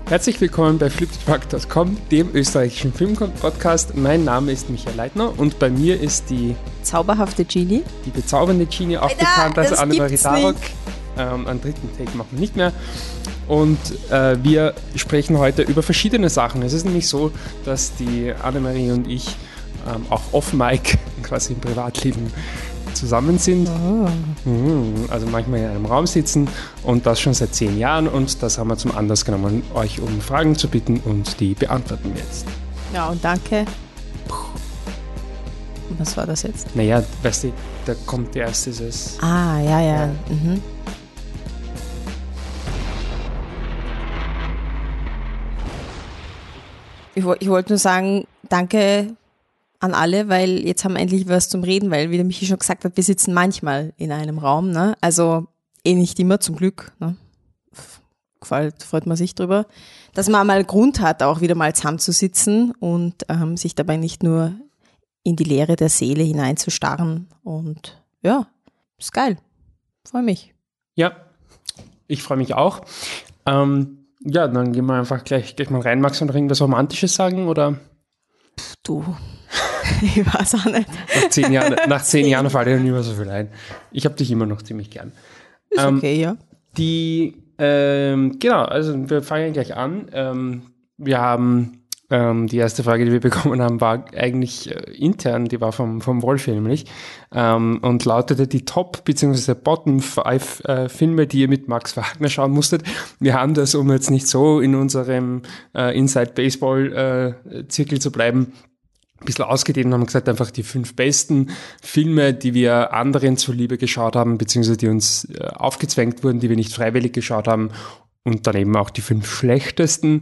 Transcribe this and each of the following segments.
Herzlich willkommen bei fliptruck.com, dem österreichischen Filmpodcast. Mein Name ist Michael Leitner und bei mir ist die zauberhafte Genie. Die bezaubernde Genie, auch bekannt als Annemarie Darok. Einen dritten Take machen wir nicht mehr. Und wir sprechen heute über verschiedene Sachen. Es ist nämlich so, dass die Annemarie und ich auch off-mic, quasi im Privatleben, zusammen sind. Oh. Also manchmal in einem Raum sitzen und das schon seit 10 Jahren und das haben wir zum Anlass genommen, euch um Fragen zu bitten und die beantworten wir jetzt. Ja, und danke. Was war das jetzt? Naja, weißt du, da kommt erst dieses... Ja. Mhm. Ich wollte nur sagen, danke an alle, weil jetzt haben wir endlich was zum Reden, weil, wie der Michi schon gesagt hat, wir sitzen manchmal in einem Raum, ne? Also nicht immer, zum Glück, ne? Freut man sich drüber, dass man mal Grund hat, auch wieder mal zusammenzusitzen und sich dabei nicht nur in die Leere der Seele hineinzustarren und ja, ist geil. Freue mich. Ja, ich freue mich auch. Ja, dann gehen wir einfach gleich mal rein. Magst du noch irgendwas Romantisches sagen, oder? Du, ich weiß auch nicht. Nach 10 Jahren fällt dir nicht mehr so viel ein. Ich habe dich immer noch ziemlich gern. Ist okay, ja. Genau, also wir fangen gleich an. Wir haben die erste Frage, die wir bekommen haben, war eigentlich intern, die war vom Wolfi nämlich, und lautete die Top- bzw. Bottom 5 Filme, die ihr mit Max Wagner schauen musstet. Wir haben das, um jetzt nicht so in unserem Inside Baseball Zirkel zu bleiben, ein bisschen ausgedehnt und haben gesagt, einfach die 5 besten Filme, die wir anderen zuliebe geschaut haben, beziehungsweise die uns aufgezwängt wurden, die wir nicht freiwillig geschaut haben, und dann eben auch die 5 schlechtesten.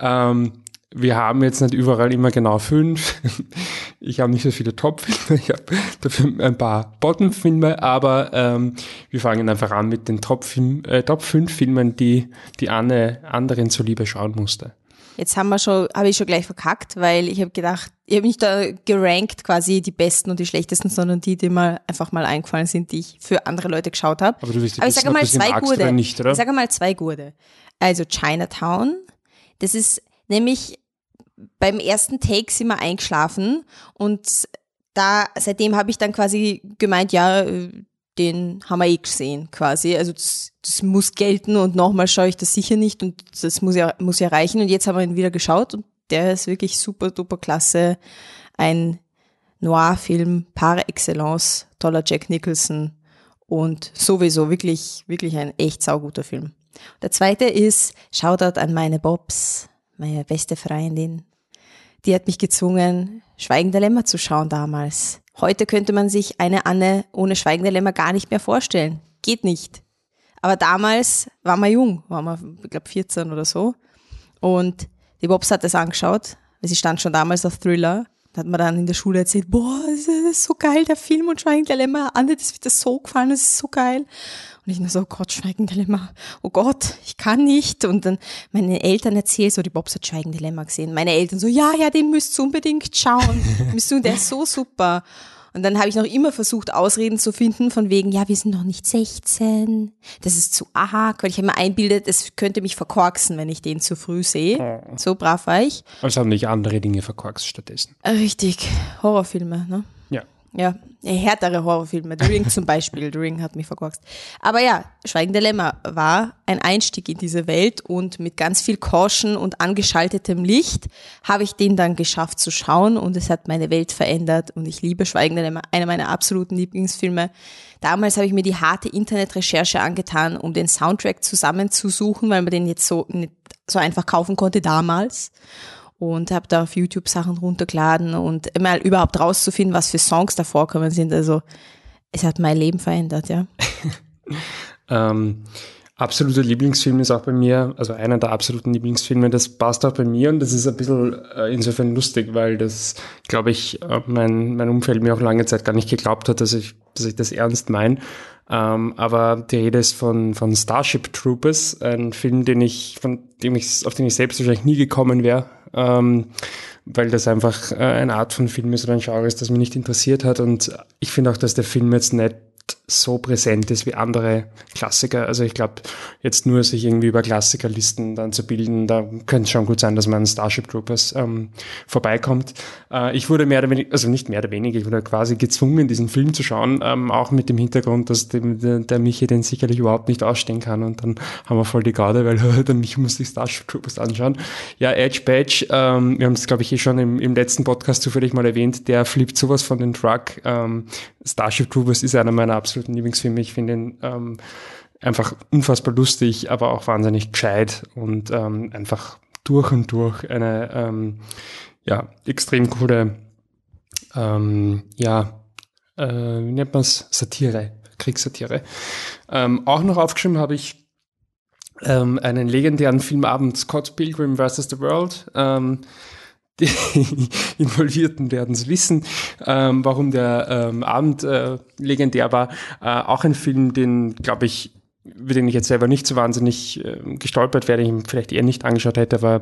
Wir haben jetzt nicht überall immer genau 5. Ich habe nicht so viele Top-Filme, ich habe dafür ein paar Bottom-Filme, aber wir fangen einfach an mit den Top 5 Filmen, die Anne anderen zuliebe schauen musste. Jetzt habe ich schon gleich verkackt, weil ich habe gedacht, ich habe nicht da gerankt quasi die besten und die schlechtesten, sondern die mir einfach mal eingefallen sind, die ich für andere Leute geschaut habe. Aber du wirst aber ich sage mal 2 Gute. Oder nicht, oder? Ich sage mal 2 Gute. Also Chinatown, das ist nämlich beim ersten Take sind wir eingeschlafen und seitdem habe ich dann quasi gemeint, ja, den haben wir gesehen quasi, also das muss gelten und nochmal schaue ich das sicher nicht und das muss ja reichen, und jetzt haben wir ihn wieder geschaut und der ist wirklich super, duper klasse, ein Noir-Film par excellence, toller Jack Nicholson und sowieso wirklich, wirklich ein echt sauguter Film. Der zweite ist Shoutout an meine Bobs, meine beste Freundin. Die hat mich gezwungen, Schweigen der Lämmer zu schauen damals. Heute könnte man sich eine Anne ohne Schweigen der Lämmer gar nicht mehr vorstellen. Geht nicht. Aber damals waren wir jung, ich glaube 14 oder so. Und die Bobs hat das angeschaut, weil sie stand schon damals auf Thriller. Da hat man dann in der Schule erzählt, boah, das ist so geil, der Film, und Schweigen der Lämmer. Anne, das wird dir so gefallen, das ist so geil. Und ich nur so, oh Gott, Schweigen der Lämmer, oh Gott, ich kann nicht. Und dann meinen Eltern erzählt, so, die Bobs hat Schweigen der Lämmer gesehen. Meine Eltern so, ja, den müsst ihr unbedingt schauen. Der ist so super. Und dann habe ich noch immer versucht, Ausreden zu finden, von wegen, ja, wir sind noch nicht 16, das ist zu arg, weil ich habe mir einbildet, es könnte mich verkorksen, wenn ich den zu früh sehe. So brav war ich. Also haben nicht andere Dinge verkorkst stattdessen. Richtig, Horrorfilme, ne? Ja, härtere Horrorfilme. The Ring zum Beispiel. The Ring hat mich verkorkst. Aber ja, Schweigen der Lämmer war ein Einstieg in diese Welt und mit ganz viel Caution und angeschaltetem Licht habe ich den dann geschafft zu schauen und es hat meine Welt verändert und ich liebe Schweigen der Lämmer, einer meiner absoluten Lieblingsfilme. Damals habe ich mir die harte Internetrecherche angetan, um den Soundtrack zusammenzusuchen, weil man den jetzt so nicht so einfach kaufen konnte damals. Und habe da auf YouTube Sachen runtergeladen und mal überhaupt rauszufinden, was für Songs da vorkommen sind. Also es hat mein Leben verändert, ja. Absoluter Lieblingsfilm ist auch bei mir, also einer der absoluten Lieblingsfilme, das passt auch bei mir und das ist ein bisschen insofern lustig, weil das, glaube ich, mein Umfeld mir auch lange Zeit gar nicht geglaubt hat, dass ich das ernst meine. Aber die Rede ist von Starship Troopers, ein Film, auf den ich selbst wahrscheinlich nie gekommen wäre, weil das einfach eine Art von Film ist oder ein Genre ist, das mich nicht interessiert hat. Und ich finde auch, dass der Film jetzt nicht so präsent ist wie andere Klassiker. Also ich glaube, jetzt nur sich irgendwie über Klassikerlisten dann zu bilden, da könnte es schon gut sein, dass man an Starship Troopers vorbeikommt. Ich wurde mehr oder weniger, also nicht mehr oder weniger, ich wurde quasi gezwungen, diesen Film zu schauen, auch mit dem Hintergrund, dass der Michi den sicherlich überhaupt nicht ausstehen kann, und dann haben wir voll die Garde, weil der Michi muss sich Starship Troopers anschauen. Ja, Edge Badge, wir haben es, glaube ich, schon im letzten Podcast zufällig mal erwähnt, der flippt sowas von den Truck. Starship Troopers ist einer meiner absoluten Lieblingsfilme. Ich finde ihn einfach unfassbar lustig, aber auch wahnsinnig gescheit und einfach durch und durch eine extrem coole wie nennt man es? Satire, Kriegssatire. Auch noch aufgeschrieben habe ich einen legendären Filmabend, Scott Pilgrim vs. The World. Die Involvierten werden es wissen, warum der Abend legendär war. Auch ein Film, den, glaube ich, über den ich jetzt selber nicht so wahnsinnig gestolpert wäre, ich ihn vielleicht eher nicht angeschaut hätte, aber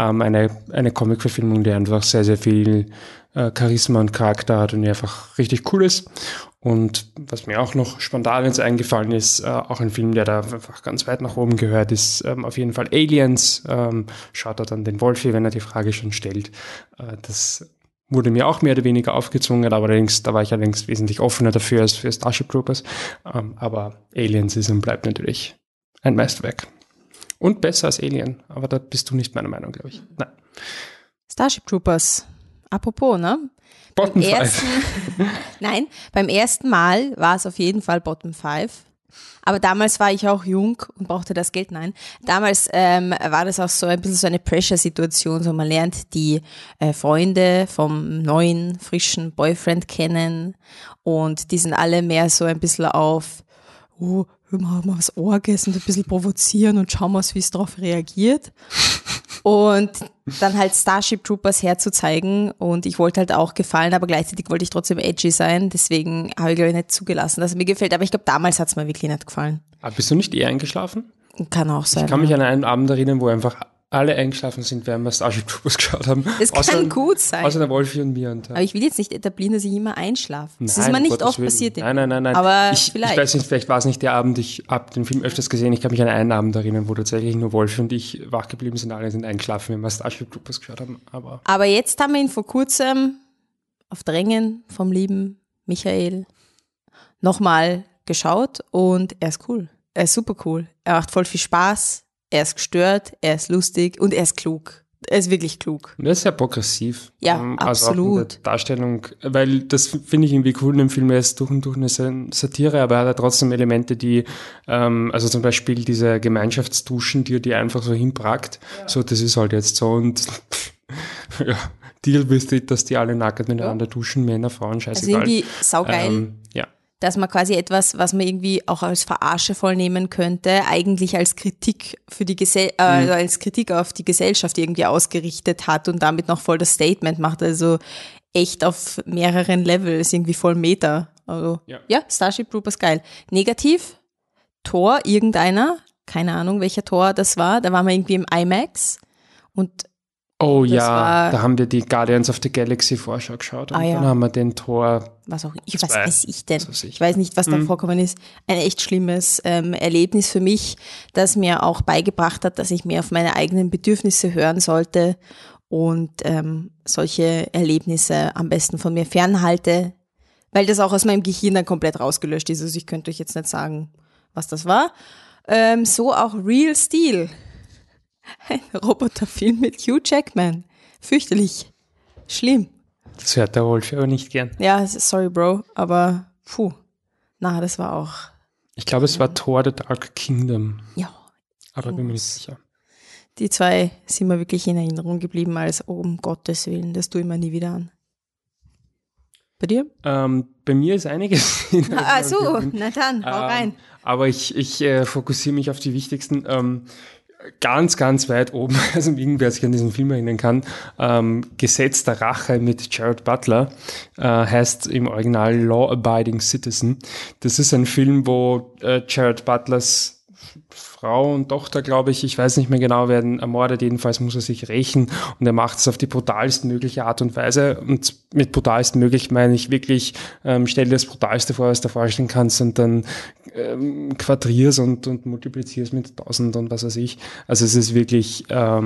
eine Comic-Verfilmung, die einfach sehr, sehr viel Charisma und Charakter hat und die einfach richtig cool ist. Und was mir auch noch spontan jetzt eingefallen ist, auch ein Film, der da einfach ganz weit nach oben gehört, ist auf jeden Fall Aliens. Schaut da dann den Wolfi, wenn er die Frage schon stellt. Das wurde mir auch mehr oder weniger aufgezwungen, aber da war ich allerdings wesentlich offener dafür als für Starship Troopers. Aber Aliens ist und bleibt natürlich ein Meisterwerk. Und besser als Alien, aber da bist du nicht meiner Meinung, glaube ich. Nein. Starship Troopers. Apropos, ne? Bottom 5. Nein, beim ersten Mal war es auf jeden Fall Bottom 5. Aber damals war ich auch jung und brauchte das Geld. Nein, damals war das auch so ein bisschen so eine Pressure-Situation. So man lernt die Freunde vom neuen, frischen Boyfriend kennen und die sind alle mehr so ein bisschen auf, oh, machen wir was Orges und ein bisschen provozieren und schauen wir, wie es darauf reagiert. Und dann halt Starship Troopers herzuzeigen und ich wollte halt auch gefallen, aber gleichzeitig wollte ich trotzdem edgy sein, deswegen habe ich, glaube ich, nicht zugelassen, dass es mir gefällt, aber ich glaube, damals hat es mir wirklich nicht gefallen. Aber bist du nicht eher eingeschlafen? Kann auch sein. Ich kann mich an einen Abend erinnern, wo einfach alle eingeschlafen sind, während wir Starship Troopers geschaut haben. Das kann gut sein. Außer der Wolfi und mir. Aber ich will jetzt nicht etablieren, dass ich immer einschlafe. Das ist Nein, mir nicht Gottes oft Willen. passiert. Nein. Aber ich vielleicht. Ich weiß nicht, vielleicht war es nicht der Abend, ich habe den Film öfters gesehen, ich kann mich an einen Abend erinnern, wo tatsächlich nur Wolfi und ich wach geblieben sind, alle sind eingeschlafen, wenn wir Starship Troopers geschaut haben. Aber jetzt haben wir ihn vor kurzem auf Drängen vom lieben Michael nochmal geschaut und er ist cool. Er ist super cool. Er macht voll viel Spaß. Er ist gestört, er ist lustig und er ist klug. Er ist wirklich klug. Er ist sehr progressiv. Ja, also absolut. auch in der Darstellung, weil das finde ich irgendwie cool in dem Film. Er ist durch und durch eine Satire, aber er hat trotzdem Elemente, die, also zum Beispiel diese Gemeinschaftsduschen, die einfach so hinpragt. Ja. So, das ist halt jetzt so und ja, deal with it, dass die alle nackt miteinander duschen, Männer, Frauen, scheißegal. Also irgendwie saugeil. Ja. Dass man quasi etwas, was man irgendwie auch als Verarsche voll nehmen könnte, eigentlich als Kritik für die also als Kritik auf die Gesellschaft irgendwie ausgerichtet hat und damit noch voll das Statement macht. Also echt auf mehreren Levels, irgendwie voll Meta. Also ja, Starship Troopers geil. Negativ, Tor, irgendeiner, keine Ahnung, welcher Tor das war. Da waren wir irgendwie im IMAX und oh ja, da haben wir die Guardians of the Galaxy Vorschau geschaut und dann haben wir den Tor. Was weiß ich denn? Ich weiß nicht, was da vorkommen ist. Ein echt schlimmes Erlebnis für mich, das mir auch beigebracht hat, dass ich mehr auf meine eigenen Bedürfnisse hören sollte und solche Erlebnisse am besten von mir fernhalte, weil das auch aus meinem Gehirn dann komplett rausgelöscht ist. Also ich könnte euch jetzt nicht sagen, was das war. So auch Real Steel. Ein Roboterfilm mit Hugh Jackman. Fürchterlich. Schlimm. Das hört der Wolf aber nicht gern. Ja, sorry, Bro, aber das war auch. Ich glaube, es war Thor The Dark Kingdom. Ja. Aber bin mir nicht sicher. Die zwei sind mir wirklich in Erinnerung geblieben, als um Gottes Willen, das tue ich mir nie wieder an. Bei dir? Bei mir ist einiges. Na dann, hau rein. Aber ich fokussiere mich auf die wichtigsten. Ganz, ganz weit oben, also irgendwer sich an diesen Film erinnern kann, Gesetz der Rache mit Jared Butler, heißt im Original Law Abiding Citizen. Das ist ein Film, wo Jared Butlers Frau und Tochter, glaube ich weiß nicht mehr genau, werden ermordet. Jedenfalls muss er sich rächen und er macht es auf die brutalst mögliche Art und Weise. Und mit brutalst möglich meine ich wirklich, stell dir das Brutalste vor, was du dir vorstellen kannst und dann quadrier's und multiplizier's mit 1000 und was weiß ich. Also es ist wirklich,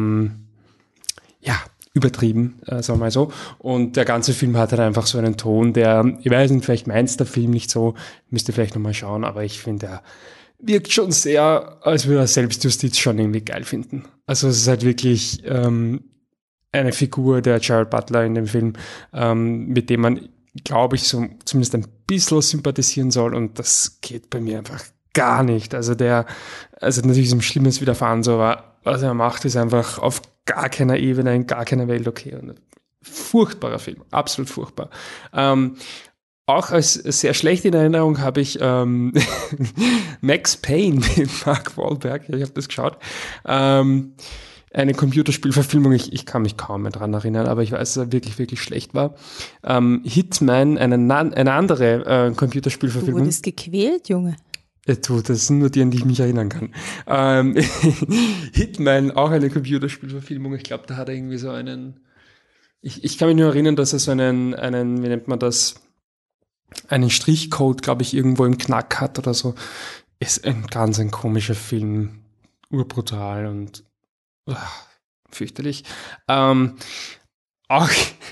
übertrieben, sagen wir mal so. Und der ganze Film hat halt einfach so einen Ton, der, ich weiß nicht, vielleicht meint's der Film nicht so, müsste vielleicht nochmal schauen, aber ich finde, er wirkt schon sehr, als würde er Selbstjustiz schon irgendwie geil finden. Also es ist halt wirklich eine Figur, der Gerard Butler in dem Film, mit dem man, glaube ich, so zumindest ein bisschen sympathisieren soll und das geht bei mir einfach gar nicht. Also natürlich ist ihm Schlimmes widerfahren, so, aber was er macht, ist einfach auf gar keiner Ebene, in gar keiner Welt okay. Und furchtbarer Film, absolut furchtbar. Auch als sehr schlecht in Erinnerung habe ich Max Payne mit Mark Wahlberg, ich habe das geschaut. Eine Computerspielverfilmung, ich kann mich kaum mehr dran erinnern, aber ich weiß, dass er wirklich, wirklich schlecht war. Hitman, eine andere Computerspielverfilmung. Du wurdest gequält, Junge. Das sind nur die, an die ich mich erinnern kann. Hitman, auch eine Computerspielverfilmung. Ich glaube, da hat er irgendwie so ich kann mich nur erinnern, dass er so einen, wie nennt man das, einen Strichcode, glaube ich, irgendwo im Knack hat oder so. Ist ein komischer Film. Urbrutal und fürchterlich. Auch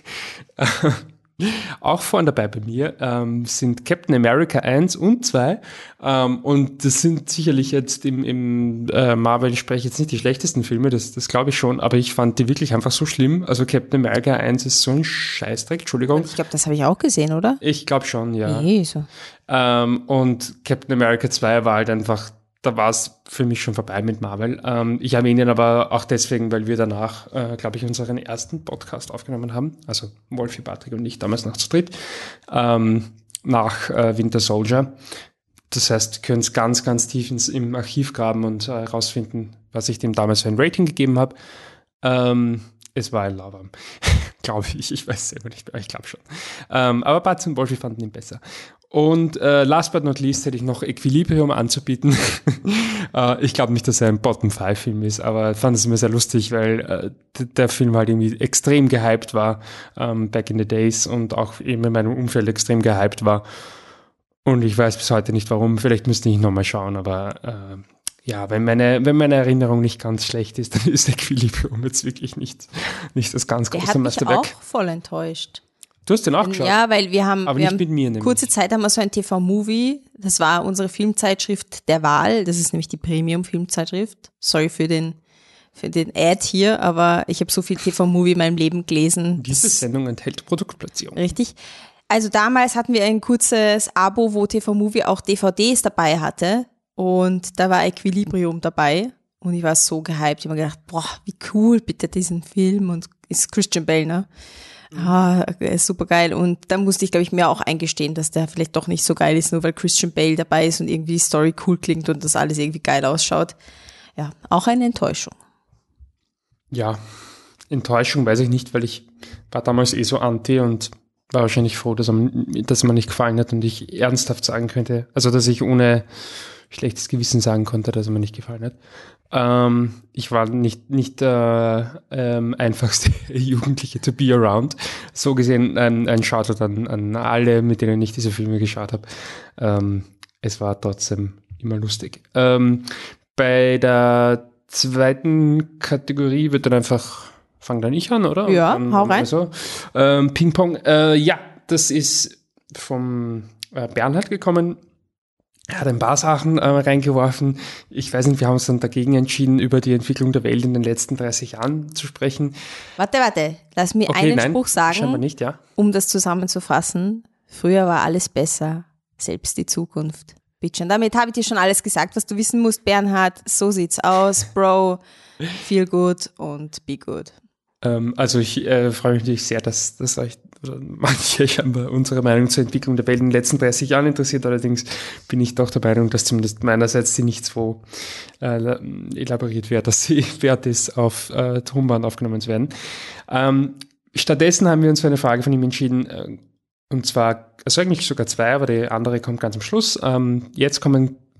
Auch vorne dabei bei mir sind Captain America 1 und 2 und das sind sicherlich jetzt im Marvel, ich spreche jetzt nicht die schlechtesten Filme, das glaube ich schon, aber ich fand die wirklich einfach so schlimm. Also Captain America 1 ist so ein Scheißdreck, Entschuldigung. Ich glaube, das habe ich auch gesehen, oder? Ich glaube schon, ja. Nee, so. Und Captain America 2 war halt einfach, da war es für mich schon vorbei mit Marvel. Ich erwähne ihn aber auch deswegen, weil wir danach, glaube ich, unseren ersten Podcast aufgenommen haben. Also Wolfi, Patrick und ich, damals noch zu dritt, nach Winter Soldier. Das heißt, wir können es ganz, ganz tief im Archiv graben und herausfinden, was ich dem damals für ein Rating gegeben habe. Es war ein Lauwarm. Glaube ich weiß selber nicht mehr, ich glaube schon. Aber Patrick und Wolfi fanden ihn besser. Und last but not least hätte ich noch Equilibrium anzubieten. Ich glaube nicht, dass er ein Bottom-5-Film ist, aber ich fand es immer sehr lustig, weil der Film halt irgendwie extrem gehypt war, back in the days, und auch eben in meinem Umfeld extrem gehypt war. Und ich weiß bis heute nicht warum, vielleicht müsste ich nochmal schauen, aber ja, wenn meine Erinnerung nicht ganz schlecht ist, dann ist Equilibrium jetzt wirklich nicht das ganz große Meisterwerk. Der hat mich auch voll enttäuscht. Du hast den auch geschaut? Ja, weil wir haben, aber nicht mit mir nämlich. Kurze Zeit haben wir so ein TV-Movie, das war unsere Filmzeitschrift der Wahl, das ist nämlich die Premium-Filmzeitschrift. Sorry für den Ad hier, aber ich habe so viel TV-Movie in meinem Leben gelesen. Diese Sendung enthält Produktplatzierung. Richtig. Also damals hatten wir ein kurzes Abo, wo TV-Movie auch DVDs dabei hatte und da war Equilibrium dabei und ich war so gehypt. Ich habe mir gedacht, boah, wie cool bitte diesen Film, und ist Christian Bale, ne? Ist super geil. Und da musste ich, glaube ich, mir auch eingestehen, dass der vielleicht doch nicht so geil ist, nur weil Christian Bale dabei ist und irgendwie die Story cool klingt und das alles irgendwie geil ausschaut. Ja, auch eine Enttäuschung. Ja, Enttäuschung weiß ich nicht, weil ich war damals so anti und war wahrscheinlich froh, dass man nicht gefallen hat und ich ernsthaft sagen könnte, also dass ich ohne schlechtes Gewissen sagen konnte, dass er mir nicht gefallen hat. Ich war nicht der einfachste Jugendliche to be around. So gesehen ein Shoutout an alle, mit denen ich diese Filme geschaut habe. Es war trotzdem immer lustig. Bei der zweiten Kategorie wird dann einfach, fang dann ich an, oder? Ja, dann, hau rein. Also, Ping-Pong. Ja, das ist vom Bernhard gekommen. Er hat ein paar Sachen reingeworfen. Ich weiß nicht, wir haben uns dann dagegen entschieden, über die Entwicklung der Welt in den letzten 30 Jahren zu sprechen. Warte. Lass mir einen Spruch sagen, scheinbar nicht, ja. Um das zusammenzufassen. Früher war alles besser, selbst die Zukunft. Bitte. Und damit habe ich dir schon alles gesagt, was du wissen musst, Bernhard. So sieht's aus, Bro. Feel good und be good. Also ich freue mich natürlich sehr, dass euch oder manche scheinbar unsere Meinung zur Entwicklung der Welt in den letzten 30 Jahren interessiert. Allerdings bin ich doch der Meinung, dass zumindest meinerseits sie nicht so elaboriert wird, dass sie wert ist, auf Tonband aufgenommen zu werden. Stattdessen haben wir uns für eine Frage von ihm entschieden, und zwar, also eigentlich sogar zwei, aber die andere kommt ganz am Schluss. Jetzt kommen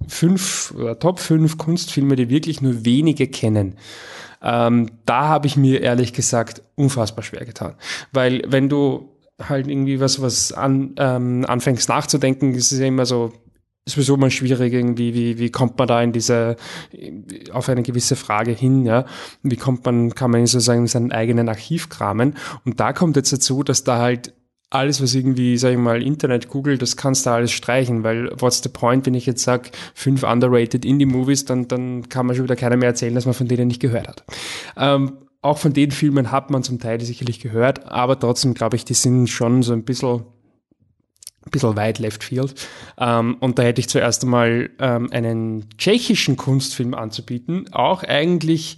Top 5 Kunstfilme, die wirklich nur wenige kennen. Da habe ich mir ehrlich gesagt unfassbar schwer getan. Weil wenn du halt irgendwie anfängst nachzudenken, ist es ja immer so, ist sowieso mal schwierig irgendwie, wie kommt man da auf eine gewisse Frage hin, ja? Kann man sozusagen in seinen eigenen Archiv kramen? Und da kommt jetzt dazu, dass da halt alles, was irgendwie, sag ich mal, Internet, Google, das kannst du alles streichen, weil what's the point, wenn ich jetzt sage, 5 underrated Indie-Movies, dann kann man schon wieder keiner mehr erzählen, dass man von denen nicht gehört hat. Auch von den Filmen hat man zum Teil sicherlich gehört, aber trotzdem glaube ich, die sind schon so ein bisschen weit left field. Und da hätte ich zuerst einmal einen tschechischen Kunstfilm anzubieten, auch eigentlich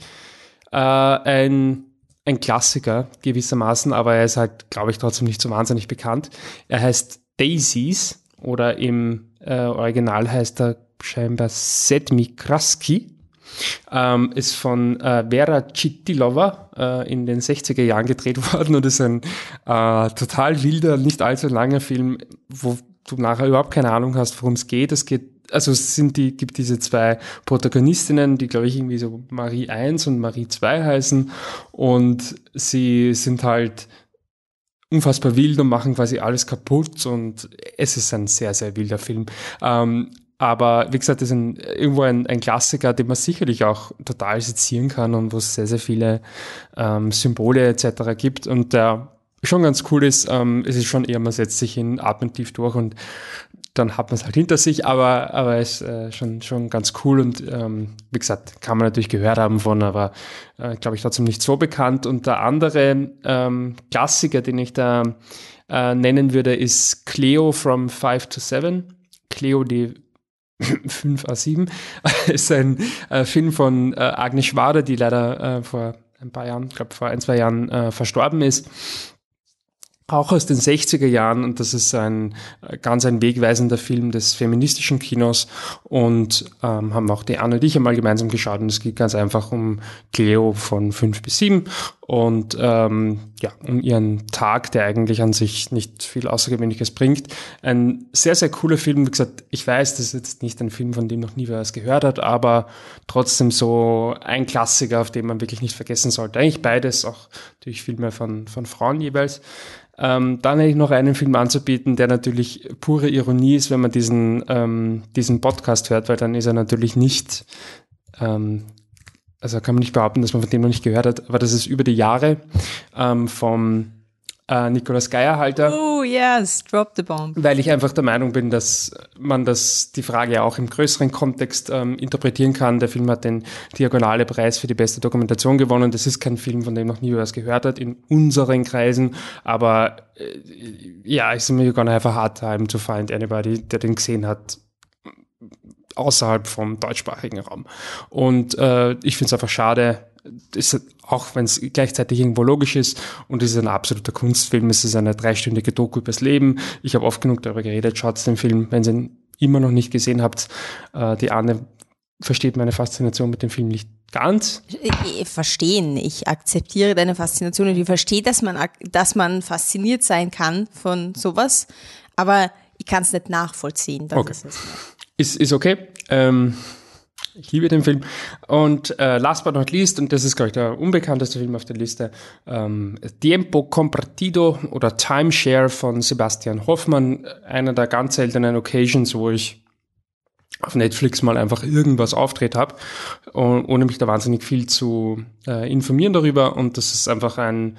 ein Klassiker gewissermaßen, aber er ist halt, glaube ich, trotzdem nicht so wahnsinnig bekannt. Er heißt Daisies oder im Original heißt er scheinbar Sedmi Kraski. Ist von Vera Chytilova in den 60er Jahren gedreht worden und ist ein total wilder, nicht allzu langer Film, wo du nachher überhaupt keine Ahnung hast, worum es geht. Gibt diese 2 Protagonistinnen, die, glaube ich, irgendwie so Marie 1 und Marie 2 heißen und sie sind halt unfassbar wild und machen quasi alles kaputt und es ist ein sehr, sehr wilder Film. Aber wie gesagt, das ist irgendwo ein Klassiker, den man sicherlich auch total sezieren kann und wo es sehr, sehr viele Symbole etc. gibt und der schon ganz cool ist. Es ist schon eher, man setzt sich hin, atmet tief durch und dann hat man es halt hinter sich, aber es ist schon ganz cool und wie gesagt, kann man natürlich gehört haben von, aber glaube ich trotzdem nicht so bekannt. Und der andere Klassiker, den ich da nennen würde, ist Cleo from 5 to 7. Cleo, die 5A7 ist ein Film von Agnes Schwader, die leider vor ein paar Jahren, ich glaube vor 1-2 Jahren verstorben ist. Auch aus den 60er Jahren und das ist ein wegweisender Film des feministischen Kinos und haben auch die Anne und ich einmal gemeinsam geschaut und es geht ganz einfach um Cleo von 5 bis 7 und um ihren Tag, der eigentlich an sich nicht viel Außergewöhnliches bringt. Ein sehr, sehr cooler Film. Wie gesagt, ich weiß, das ist jetzt nicht ein Film, von dem noch nie wer was gehört hat, aber trotzdem so ein Klassiker, auf den man wirklich nicht vergessen sollte. Eigentlich beides, auch natürlich Filme von Frauen jeweils. Dann hätte ich noch einen Film anzubieten, der natürlich pure Ironie ist, wenn man diesen Podcast hört, weil dann ist er natürlich nicht, also kann man nicht behaupten, dass man von dem noch nicht gehört hat, aber das ist Über die Jahre vom Nikolaus Geierhalter. Oh yes, drop the bomb. Weil ich einfach der Meinung bin, dass man die Frage auch im größeren Kontext interpretieren kann. Der Film hat den Diagonale Preis für die beste Dokumentation gewonnen. Das ist kein Film, von dem noch nie was gehört hat in unseren Kreisen. Aber it's mir gonna have a hard time to find anybody, der den gesehen hat außerhalb vom deutschsprachigen Raum. Und ich finde es einfach schade, auch wenn es gleichzeitig irgendwo logisch ist und es ist ein absoluter Kunstfilm, es ist eine 3-stündige Doku übers Leben. Ich habe oft genug darüber geredet, schaut den Film, wenn ihr ihn immer noch nicht gesehen habt. Die Anne versteht meine Faszination mit dem Film nicht ganz. Verstehen, ich akzeptiere deine Faszination und ich verstehe, dass man fasziniert sein kann von sowas, aber ich kann es nicht nachvollziehen. Das okay. Ist es. Ist okay. Ich liebe den Film. Und last but not least, und das ist, glaube ich, der unbekannteste Film auf der Liste, Tiempo Compartido oder Timeshare von Sebastian Hoffmann. Einer der ganz seltenen Occasions, wo ich auf Netflix mal einfach irgendwas auftritt habe, ohne mich da wahnsinnig viel zu informieren darüber. Und das ist einfach so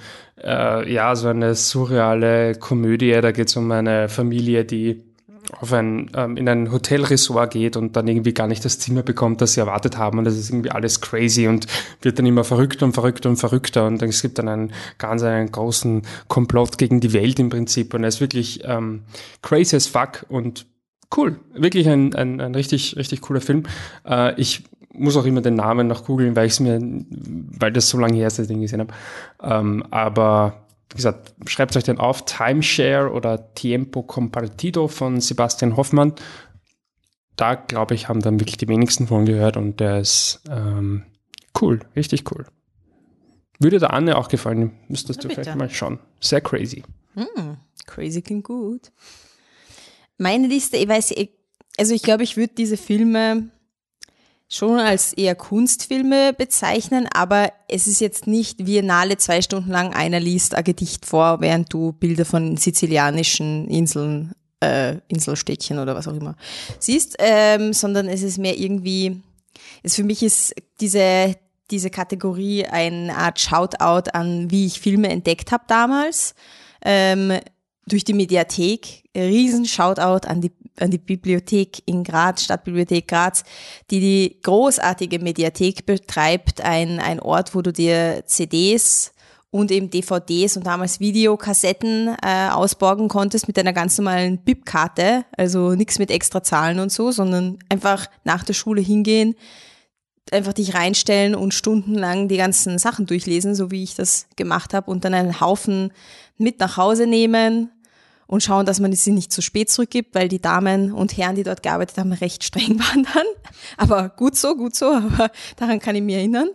eine surreale Komödie. Da geht es um eine Familie, die in ein Hotelresort geht und dann irgendwie gar nicht das Zimmer bekommt, das sie erwartet haben und das ist irgendwie alles crazy und wird dann immer verrückter und verrückter und verrückter und es gibt dann einen großen Komplott gegen die Welt im Prinzip und er ist wirklich crazy as fuck und cool, wirklich ein richtig, richtig cooler Film. Ich muss auch immer den Namen noch googeln, weil das so lange her ist, dass ich den gesehen habe. Aber wie gesagt, schreibt euch den auf, Timeshare oder Tiempo Compartido von Sebastian Hoffmann. Da, glaube ich, haben dann wirklich die wenigsten von gehört und der ist cool, richtig cool. Würde der Anne auch gefallen, müsstest du vielleicht mal schauen. Sehr crazy. Crazy klingt gut. Meine Liste, ich weiß, Also ich glaube, ich würde diese Filme schon als eher Kunstfilme bezeichnen, aber es ist jetzt nicht Biennale 2 Stunden lang einer liest ein Gedicht vor, während du Bilder von sizilianischen Inseln, Inselstädtchen oder was auch immer siehst, sondern es ist mehr irgendwie, für mich ist diese Kategorie eine Art Shoutout an, wie ich Filme entdeckt habe damals, durch die Mediathek. Riesen Shoutout an die Bibliothek in Graz, Stadtbibliothek Graz, die großartige Mediathek betreibt, ein Ort, wo du dir CDs und eben DVDs und damals Videokassetten ausborgen konntest mit einer ganz normalen BIP-Karte, also nichts mit extra Zahlen und so, sondern einfach nach der Schule hingehen, einfach dich reinstellen und stundenlang die ganzen Sachen durchlesen, so wie ich das gemacht habe, und dann einen Haufen mit nach Hause nehmen und schauen, dass man sie nicht zu spät zurückgibt, weil die Damen und Herren, die dort gearbeitet haben, recht streng waren dann. Aber gut so, aber daran kann ich mich erinnern.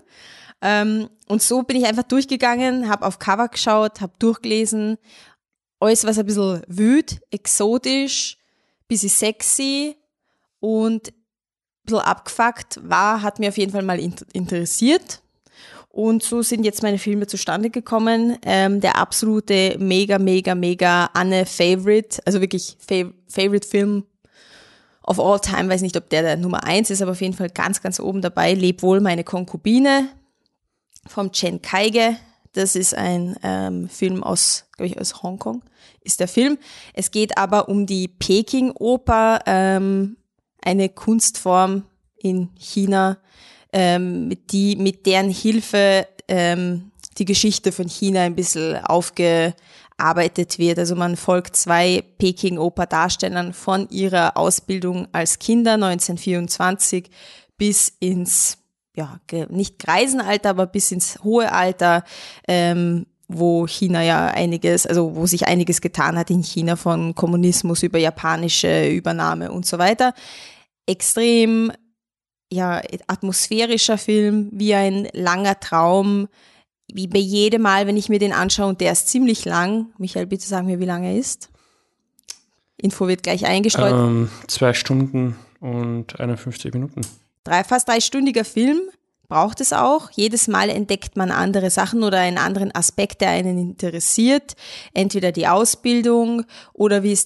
Und so bin ich einfach durchgegangen, habe auf Cover geschaut, habe durchgelesen, alles was ein bisschen wild, exotisch, bisschen sexy und ein bisschen abgefuckt war, hat mich auf jeden Fall mal interessiert. Und so sind jetzt meine Filme zustande gekommen. Der absolute mega Anne-Favorite, also wirklich Favorite Film of all time, weiß nicht, ob der Nummer 1 ist, aber auf jeden Fall ganz oben dabei. Leb wohl, meine Konkubine vom Chen Kaige. Das ist ein Film aus Hongkong, ist der Film. Es geht aber um die Peking-Oper, eine Kunstform in China, mit deren Hilfe die Geschichte von China ein bisschen aufgearbeitet wird. Also man folgt 2 Peking-Oper-Darstellern von ihrer Ausbildung als Kinder 1924 bis ins, nicht Greisenalter, aber bis ins hohe Alter, wo China wo sich einiges getan hat in China, von Kommunismus über japanische Übernahme und so weiter. Extrem atmosphärischer Film, wie ein langer Traum, wie bei jedem Mal, wenn ich mir den anschaue, und der ist ziemlich lang. Michael, bitte sag mir, wie lang er ist. Info wird gleich eingestreut. 2 Stunden und 51 Minuten. Fast 3-stündiger Film braucht es auch. Jedes Mal entdeckt man andere Sachen oder einen anderen Aspekt, der einen interessiert. Entweder die Ausbildung oder wie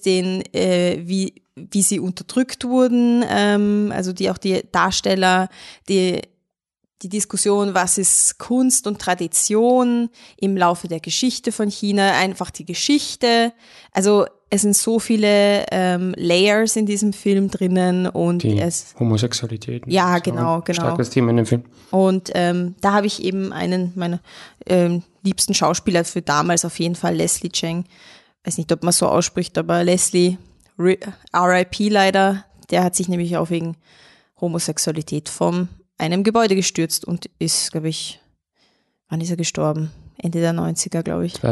sie unterdrückt wurden, also die Darsteller, die Diskussion, was ist Kunst und Tradition im Laufe der Geschichte von China, einfach die Geschichte. Also es sind so viele Layers in diesem Film drinnen und Homosexualität. Ja, genau. Starkes Thema in dem Film. Und da habe ich eben einen meiner liebsten Schauspieler für damals auf jeden Fall, Leslie Cheng. Weiß nicht, ob man so ausspricht, aber Leslie, RIP leider, der hat sich nämlich auch wegen Homosexualität von einem Gebäude gestürzt und ist, glaube ich, wann ist er gestorben? Ende der 90er, glaube ich.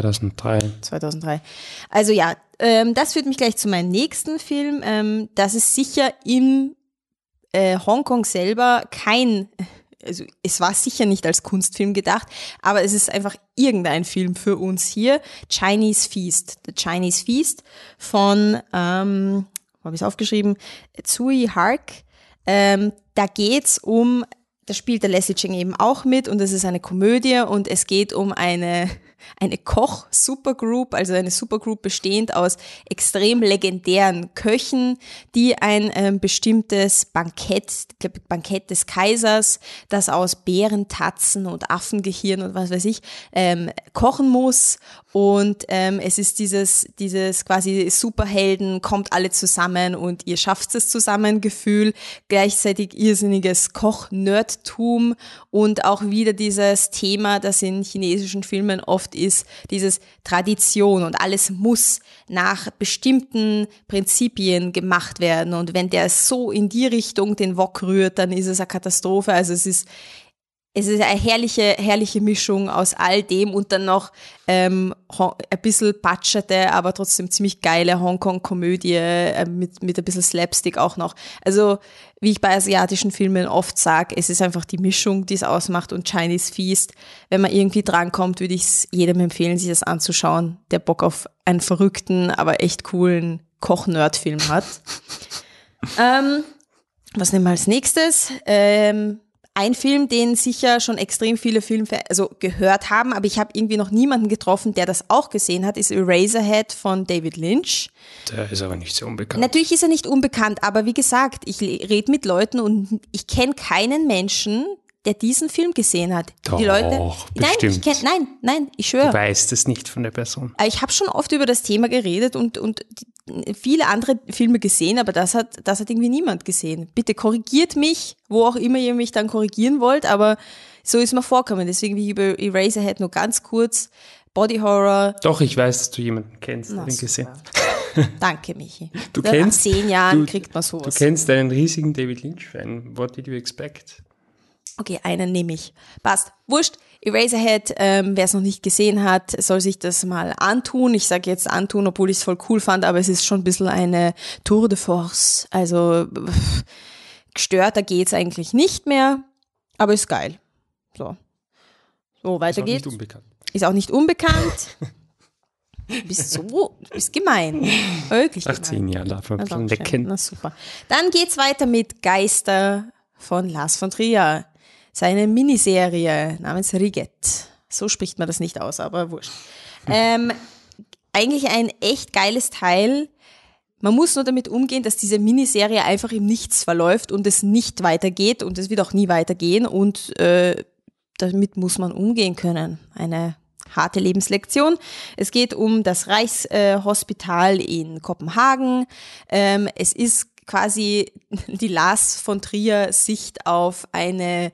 2003. Also ja, das führt mich gleich zu meinem nächsten Film. Das ist sicher in Hongkong selber also es war sicher nicht als Kunstfilm gedacht, aber es ist einfach irgendein Film für uns hier. Chinese Feast. The Chinese Feast von, habe ich es aufgeschrieben, Tsui Hark. Da geht's da spielt der Leslie Cheng eben auch mit und es ist eine Komödie und es geht um eine Koch-Supergroup, also eine Supergroup bestehend aus extrem legendären Köchen, die ein bestimmtes Bankett des Kaisers, das aus Bärentatzen und Affengehirn und was weiß ich, kochen muss. Und es ist dieses quasi Superhelden, kommt alle zusammen und ihr schafft es zusammen Gefühl, gleichzeitig irrsinniges Koch-Nerdtum und auch wieder dieses Thema, das in chinesischen Filmen oft ist, dieses Tradition und alles muss nach bestimmten Prinzipien gemacht werden und wenn der so in die Richtung den Wok rührt, dann ist es eine Katastrophe. Also es ist eine herrliche Mischung aus all dem und dann noch ein bisschen patscherte, aber trotzdem ziemlich geile Hongkong-Komödie mit ein bisschen Slapstick auch noch. Also wie ich bei asiatischen Filmen oft sage, es ist einfach die Mischung, die es ausmacht und Chinese Feast. Wenn man irgendwie drankommt, würde ich es jedem empfehlen, sich das anzuschauen, der Bock auf einen verrückten, aber echt coolen Koch-Nerd-Film hat. Was nehmen wir als nächstes? Ein Film, den sicher schon extrem viele Filmfans gehört haben, aber ich habe irgendwie noch niemanden getroffen, der das auch gesehen hat, ist Eraserhead von David Lynch. Der ist aber nicht so unbekannt. Natürlich ist er nicht unbekannt, aber wie gesagt, ich rede mit Leuten und ich kenne keinen Menschen, der diesen Film gesehen hat. Doch, die Leute, bestimmt. Nein, ich schwöre. Du weißt es nicht von der Person. Ich habe schon oft über das Thema geredet und viele andere Filme gesehen, aber das hat irgendwie niemand gesehen. Bitte korrigiert mich, wo auch immer ihr mich dann korrigieren wollt, aber so ist mir vorkommen. Deswegen wie über Eraserhead nur ganz kurz. Body Horror. Doch, ich weiß, dass du jemanden kennst, der den gesehen hat. Danke, Michi. Nach 10 Jahren kriegt man sowas. Du kennst einen riesigen David Lynch-Fan. What did you expect? Okay, einen nehme ich. Passt. Wurscht. Eraserhead, wer es noch nicht gesehen hat, soll sich das mal antun. Ich sage jetzt antun, obwohl ich es voll cool fand, aber es ist schon ein bisschen eine Tour de Force. Also gestörter geht's eigentlich nicht mehr, aber ist geil. So, weiter geht's. Ist auch nicht unbekannt. Du bist gemein. Wirklich Nach 10 Jahren darf man ein bisschen wecken. Na super. Dann geht's weiter mit Geister von Lars von Trier. Seine Miniserie namens Riget. So spricht man das nicht aus, aber wurscht. Eigentlich ein echt geiles Teil. Man muss nur damit umgehen, dass diese Miniserie einfach im Nichts verläuft und es nicht weitergeht und es wird auch nie weitergehen und damit muss man umgehen können. Eine harte Lebenslektion. Es geht um das Reichshospital in Kopenhagen. Es ist quasi die Lars von Trier Sicht auf eine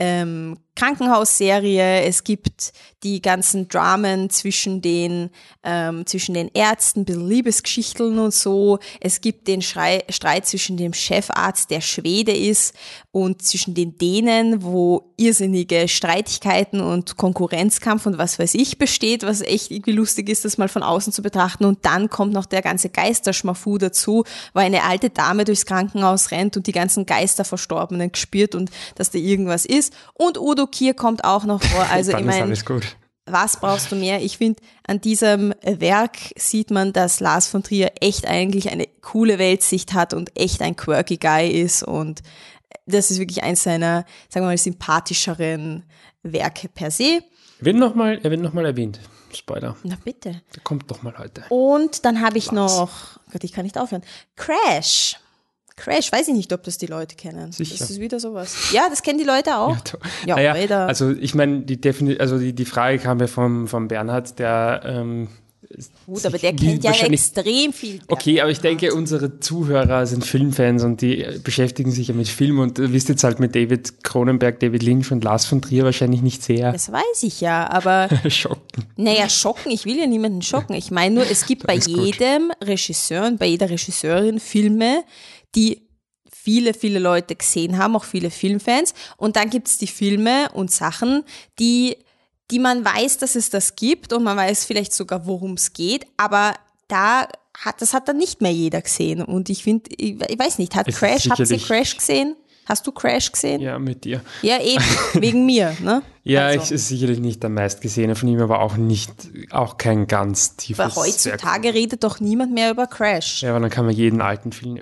Krankenhausserie. Es gibt die ganzen Dramen zwischen den Ärzten, ein bisschen Liebesgeschichteln und so. Es gibt den Streit zwischen dem Chefarzt, der Schwede ist, und zwischen den Dänen, wo irrsinnige Streitigkeiten und Konkurrenzkampf und was weiß ich besteht, was echt irgendwie lustig ist, das mal von außen zu betrachten. Und dann kommt noch der ganze Geisterschmafu dazu, wo eine alte Dame durchs Krankenhaus rennt und die ganzen Geisterverstorbenen spürt und dass da irgendwas ist. Und Udo Kier kommt auch noch vor. Also ich meine, was brauchst du mehr? Ich finde, an diesem Werk sieht man, dass Lars von Trier echt eigentlich eine coole Weltsicht hat und echt ein quirky Guy ist, und das ist wirklich eins seiner, sagen wir mal, sympathischeren Werke per se. Er wird nochmal erwähnt. Spoiler. Na bitte. Der kommt doch mal heute. Und dann habe ich noch, Gott, ich kann nicht aufhören, Crash, weiß ich nicht, ob das die Leute kennen. Sicher. Das ist wieder sowas. Ja, das kennen die Leute auch. Ja, also ich meine, die Frage kam ja vom Bernhard, der gut, aber der kennt ja extrem viel. Okay, aber ich denke, unsere Zuhörer sind Filmfans und die beschäftigen sich ja mit Film, und du wisst jetzt halt mit David Cronenberg, David Lynch und Lars von Trier wahrscheinlich nicht sehr. Das weiß ich ja, aber schocken. Naja, schocken, ich will ja niemanden schocken. Ich meine nur, es gibt bei jedem Regisseur und bei jeder Regisseurin Filme, die viele, viele Leute gesehen haben, auch viele Filmfans. Und dann gibt es die Filme und Sachen, die man weiß, dass es das gibt, und man weiß vielleicht sogar, worum es geht, aber das hat dann nicht mehr jeder gesehen. Und ich finde, ich weiß nicht, habt ihr Crash gesehen? Hast du Crash gesehen? Ja, mit dir. Ja, eben, wegen mir, ne? Ja, also. Es ist sicherlich nicht der meistgesehene von ihm, aber auch kein ganz tiefes Weil heutzutage redet doch niemand mehr über Crash. Ja, aber dann kann man jeden alten Film...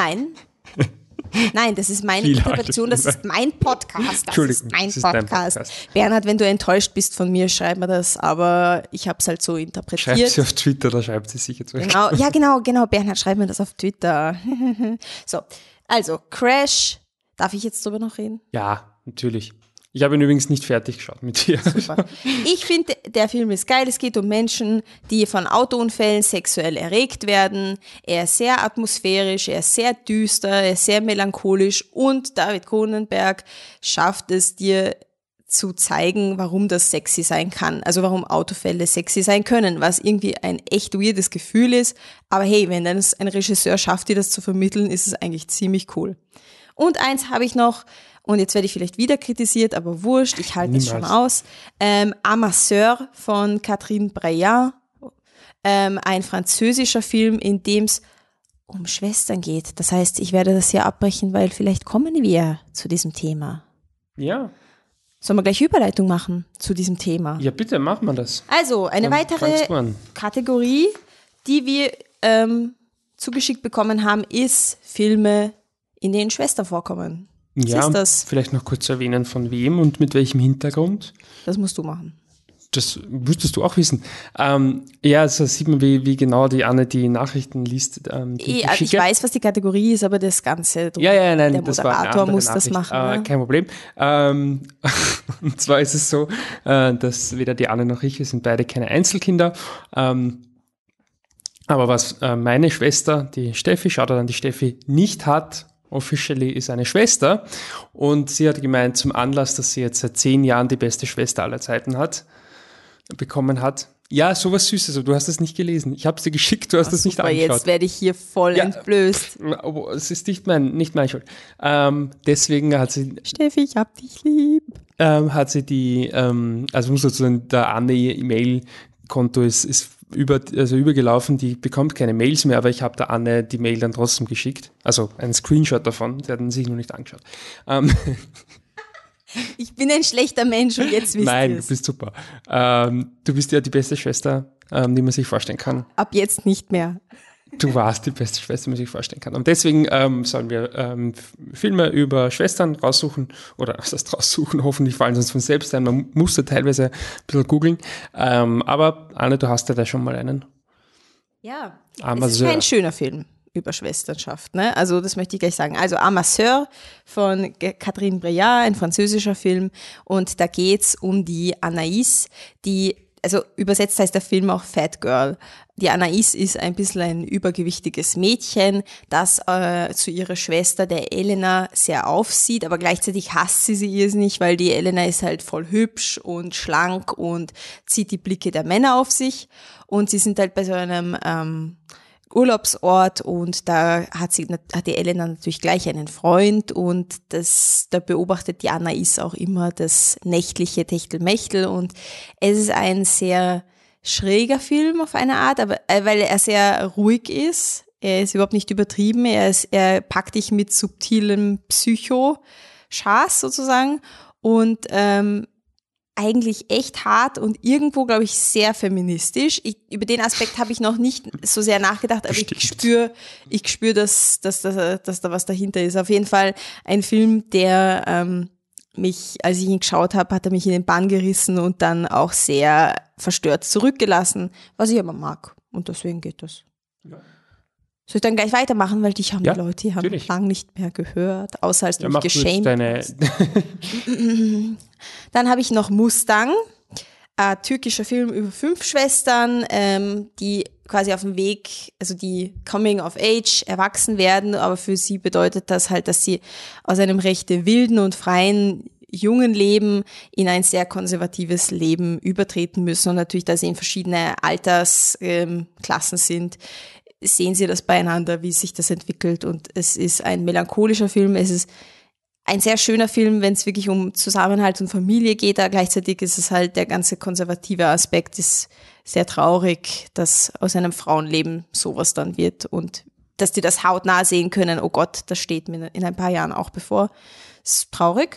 Nein, das ist meine Interpretation, das ist mein Podcast. Das ist mein Podcast. Bernhard, wenn du enttäuscht bist von mir, schreib mir das, aber ich habe es halt so interpretiert. Schreib sie auf Twitter, da schreibt sie sicher zu. Genau, Bernhard, schreib mir das auf Twitter. So, also Crash, darf ich jetzt drüber noch reden? Ja, natürlich. Ich habe ihn übrigens nicht fertig geschaut mit dir. Super. Ich finde, der Film ist geil. Es geht um Menschen, die von Autounfällen sexuell erregt werden. Er ist sehr atmosphärisch, er ist sehr düster, er ist sehr melancholisch, und David Cronenberg schafft es dir zu zeigen, warum das sexy sein kann. Also warum Autofälle sexy sein können, was irgendwie ein echt weirdes Gefühl ist. Aber hey, wenn dann ein Regisseur schafft, dir das zu vermitteln, ist es eigentlich ziemlich cool. Und eins habe ich noch, und jetzt werde ich vielleicht wieder kritisiert, aber wurscht, ich halte es schon aus. Amasseur von Catherine Breillat, ein französischer Film, in dem es um Schwestern geht. Das heißt, ich werde das hier abbrechen, weil vielleicht kommen wir zu diesem Thema. Ja. Sollen wir gleich Überleitung machen zu diesem Thema? Ja, bitte, machen wir das. Also, eine weitere Kategorie, die wir zugeschickt bekommen haben, ist Filme, in denen Schwestern vorkommen. Ja, Sisters. vielleicht noch kurz erwähnen, von wem und mit welchem Hintergrund. Das musst du machen. Das müsstest du auch wissen. Ja, also sieht man, wie genau die Anne die Nachrichten liest. Die Ich weiß, was die Kategorie ist, aber das Ganze, nein, der das war eine Moderator andere muss das Nachricht. machen. Ne? Kein Problem. Und zwar ist es so, dass weder die Anne noch ich, wir sind beide keine Einzelkinder. Aber was meine Schwester, die Steffi, schaut an die Steffi, nicht hat, officially ist eine Schwester. Und sie hat gemeint, zum Anlass, dass sie jetzt seit 10 Jahren die beste Schwester aller Zeiten bekommen hat. Ja, sowas Süßes, aber du hast es nicht gelesen. Ich habe es dir geschickt, du hast es nicht angeschaut. Jetzt werde ich hier voll entblößt. Aber es ist nicht meine Schuld. Deswegen hat sie... Steffi, ich hab dich lieb. Hat sie die, also muss sozusagen der Anne ihr E-Mail-Konto ist übergelaufen, die bekommt keine Mails mehr, aber ich habe der Anne die Mail dann trotzdem geschickt. Also einen Screenshot davon, der hat ihn sich noch nicht angeschaut. Ich bin ein schlechter Mensch und jetzt wisst ihr Nein, es. du bist super. Du bist ja die beste Schwester, die man sich vorstellen kann. Ab jetzt nicht mehr. Du warst die beste Schwester, die man sich vorstellen kann. Und deswegen sollen wir Filme über Schwestern raussuchen, oder was heißt raussuchen, hoffentlich fallen sie uns von selbst ein. Man muss da teilweise ein bisschen googeln. Aber Anne, du hast ja da schon mal einen. Ja, Armer es ist Sir. kein schöner Film über Schwesternschaft. Ne? Also das möchte ich gleich sagen. Also Armer Sir von Catherine Breillat, ein französischer Film. Und da geht's um die Anaïs, also übersetzt heißt der Film auch Fat Girl. Die Anaïs ist ein bisschen ein übergewichtiges Mädchen, das zu ihrer Schwester, der Elena, sehr aufsieht, aber gleichzeitig hasst sie irrsinnig, weil die Elena ist halt voll hübsch und schlank und zieht die Blicke der Männer auf sich. Und sie sind halt bei so einem Urlaubsort und da hat die Elena natürlich gleich einen Freund und da beobachtet die Anaïs auch immer das nächtliche Techtelmechtel und es ist ein sehr schräger Film auf eine Art, aber weil er sehr ruhig ist, er ist überhaupt nicht übertrieben, er packt dich mit subtilem Psycho-Schaß sozusagen und eigentlich echt hart und irgendwo, glaube ich, sehr feministisch. Über den Aspekt habe ich noch nicht so sehr nachgedacht, aber ich spüre, dass da was dahinter ist. Auf jeden Fall ein Film, der mich, als ich ihn geschaut habe, hat er mich in den Bann gerissen und dann auch sehr verstört zurückgelassen, was ich aber mag. Und deswegen geht das. Ja. Soll ich dann gleich weitermachen, weil dich haben die Leute haben lang nicht mehr gehört, außer als du mich geschämt hast. Dann habe ich noch Mustang, türkischer Film über 5 Schwestern, die quasi auf dem Weg, also die Coming of Age erwachsen werden, aber für sie bedeutet das halt, dass sie aus einem recht wilden und freien jungen Leben in ein sehr konservatives Leben übertreten müssen und natürlich, da sie in verschiedene Altersklassen sind, sehen sie das beieinander, wie sich das entwickelt und es ist ein melancholischer Film, es ist ein sehr schöner Film, wenn es wirklich um Zusammenhalt und Familie geht, aber gleichzeitig ist es halt, der ganze konservative Aspekt ist sehr traurig, dass aus einem Frauenleben sowas dann wird und dass die das hautnah sehen können, oh Gott, das steht mir in ein paar Jahren auch bevor. Das ist traurig.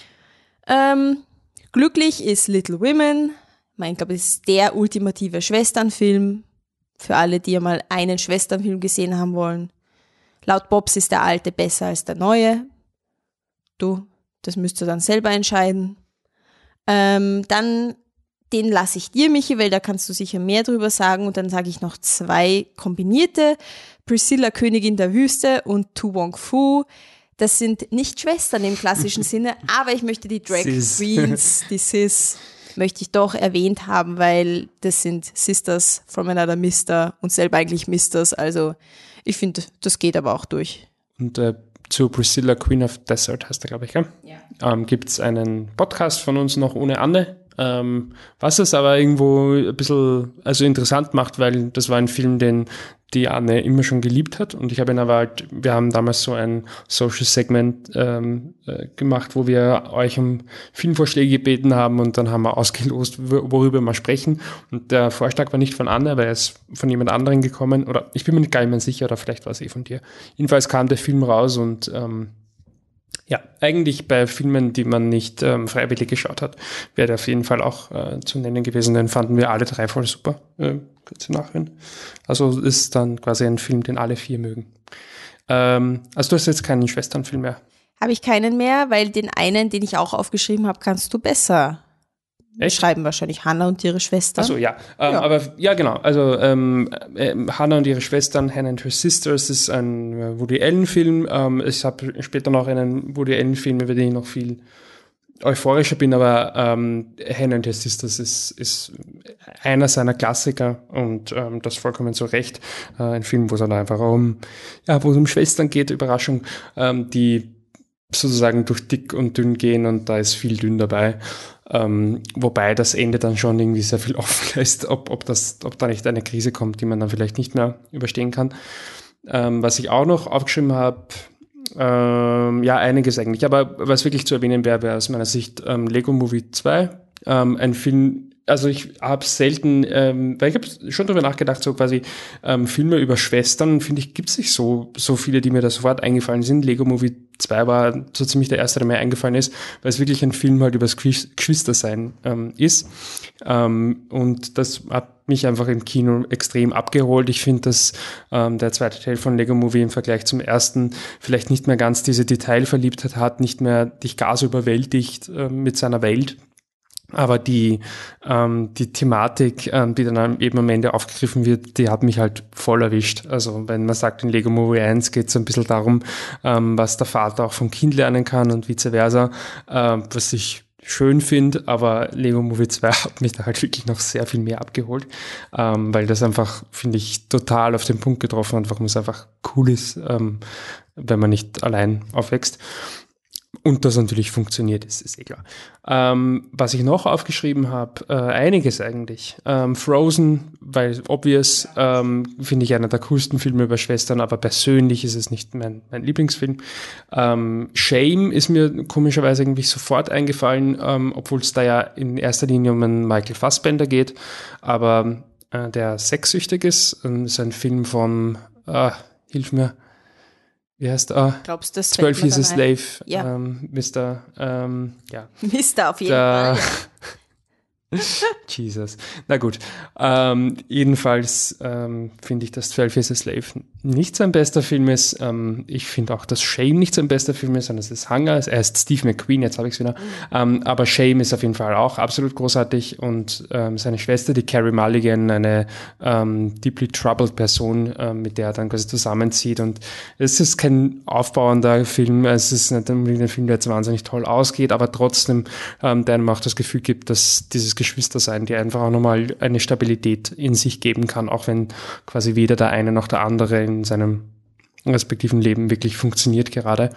Glücklich ist Little Women, ich glaube, es ist der ultimative Schwesternfilm, für alle, die ja mal einen Schwesternfilm gesehen haben wollen. Laut Bobs ist der alte besser als der neue. Das müsst ihr dann selber entscheiden. Dann den lasse ich dir, Michi, weil da kannst du sicher mehr drüber sagen. Und dann sage ich noch 2 kombinierte. Priscilla, Königin der Wüste und Tu Wong Fu. Das sind nicht Schwestern im klassischen Sinne, aber ich möchte die Drag Queens, die Sis, möchte ich doch erwähnt haben, weil das sind Sisters from another Mister und selber eigentlich Misters. Also ich finde, das geht aber auch durch. Und zu Priscilla, Queen of Desert heißt er, glaube ich, gell? Ja. Gibt es einen Podcast von uns noch ohne Anne, was es aber irgendwo ein bisschen interessant macht, weil das war ein Film, den die Anne immer schon geliebt hat und ich habe ihn aber halt, wir haben damals so ein Social Segment gemacht, wo wir euch um Filmvorschläge gebeten haben und dann haben wir ausgelost, worüber wir sprechen und der Vorschlag war nicht von Anne, aber er ist von jemand anderem gekommen oder ich bin mir gar nicht mehr sicher oder vielleicht war es von dir. Jedenfalls kam der Film raus und eigentlich bei Filmen, die man nicht freiwillig geschaut hat, wäre der auf jeden Fall auch zu nennen gewesen. Den fanden wir alle 3 voll super. Kurz nachhören. Also ist dann quasi ein Film, den alle 4 mögen. Also du hast jetzt keinen Schwesternfilm mehr. Habe ich keinen mehr, weil den einen, den ich auch aufgeschrieben habe, kannst du besser schreiben. Wahrscheinlich Hannah und ihre Schwestern. Achso, ja. Aber ja, genau. Also Hannah und ihre Schwestern, Hannah and Her Sisters, ist ein Woody Allen-Film. Ich habe später noch einen Woody Allen-Film, über den ich noch viel euphorischer bin, aber Hannah and Her Sisters ist einer seiner Klassiker und das vollkommen zu Recht. Ein Film, wo es halt einfach wo es um Schwestern geht, Überraschung, die sozusagen durch dick und dünn gehen und da ist viel dünn dabei. Wobei das Ende dann schon irgendwie sehr viel offen lässt, ob da nicht eine Krise kommt, die man dann vielleicht nicht mehr überstehen kann. Was ich auch noch aufgeschrieben habe, einiges eigentlich. Aber was wirklich zu erwähnen wäre aus meiner Sicht Lego Movie 2. Ein Film, also ich habe selten, weil ich habe schon darüber nachgedacht, so quasi Filme über Schwestern, finde ich, gibt es nicht so viele, die mir da sofort eingefallen sind. Lego Movie 2 war so ziemlich der erste, der mir eingefallen ist, weil es wirklich ein Film halt über das Geschwistersein ist. Und das hat mich einfach im Kino extrem abgeholt. Ich finde, dass der zweite Teil von Lego Movie im Vergleich zum ersten vielleicht nicht mehr ganz diese Detailverliebtheit hat, nicht mehr dich gar so überwältigt mit seiner Welt. Aber die Thematik, die dann eben am Ende aufgegriffen wird, die hat mich halt voll erwischt. Also wenn man sagt, in Lego Movie 1 geht es ein bisschen darum, was der Vater auch vom Kind lernen kann und vice versa, was ich schön finde, aber Lego Movie 2 hat mich da halt wirklich noch sehr viel mehr abgeholt, weil das einfach, finde ich, total auf den Punkt getroffen hat, warum es einfach cool ist, wenn man nicht allein aufwächst. Und das natürlich funktioniert, ist eh klar. Was ich noch aufgeschrieben habe, einiges eigentlich. Frozen, weil obvious, finde ich einer der coolsten Filme über Schwestern, aber persönlich ist es nicht mein Lieblingsfilm. Shame ist mir komischerweise irgendwie sofort eingefallen, obwohl es da ja in erster Linie um einen Michael Fassbender geht. Aber der sexsüchtig ist ein Film von, hilf mir, wie heißt er? Glaubst du, das 12 Years a Slave, ja. Mr. Mr. auf jeden Fall. Jesus. Na gut. Jedenfalls finde ich, dass 12 Years a Slave nicht sein bester Film ist. Ich finde auch, dass Shame nicht sein bester Film ist, sondern es ist Hunger. Er ist Steve McQueen, jetzt habe ich es wieder. Aber Shame ist auf jeden Fall auch absolut großartig. Und seine Schwester, die Carey Mulligan, eine deeply troubled Person, mit der er dann quasi zusammenzieht. Und es ist kein aufbauender Film. Es ist nicht unbedingt ein Film, der jetzt wahnsinnig toll ausgeht, aber trotzdem, der einem auch das Gefühl gibt, dass dieses Geschwistersein, die einfach auch nochmal eine Stabilität in sich geben kann, auch wenn quasi weder der eine noch der andere in seinem respektiven Leben wirklich funktioniert gerade.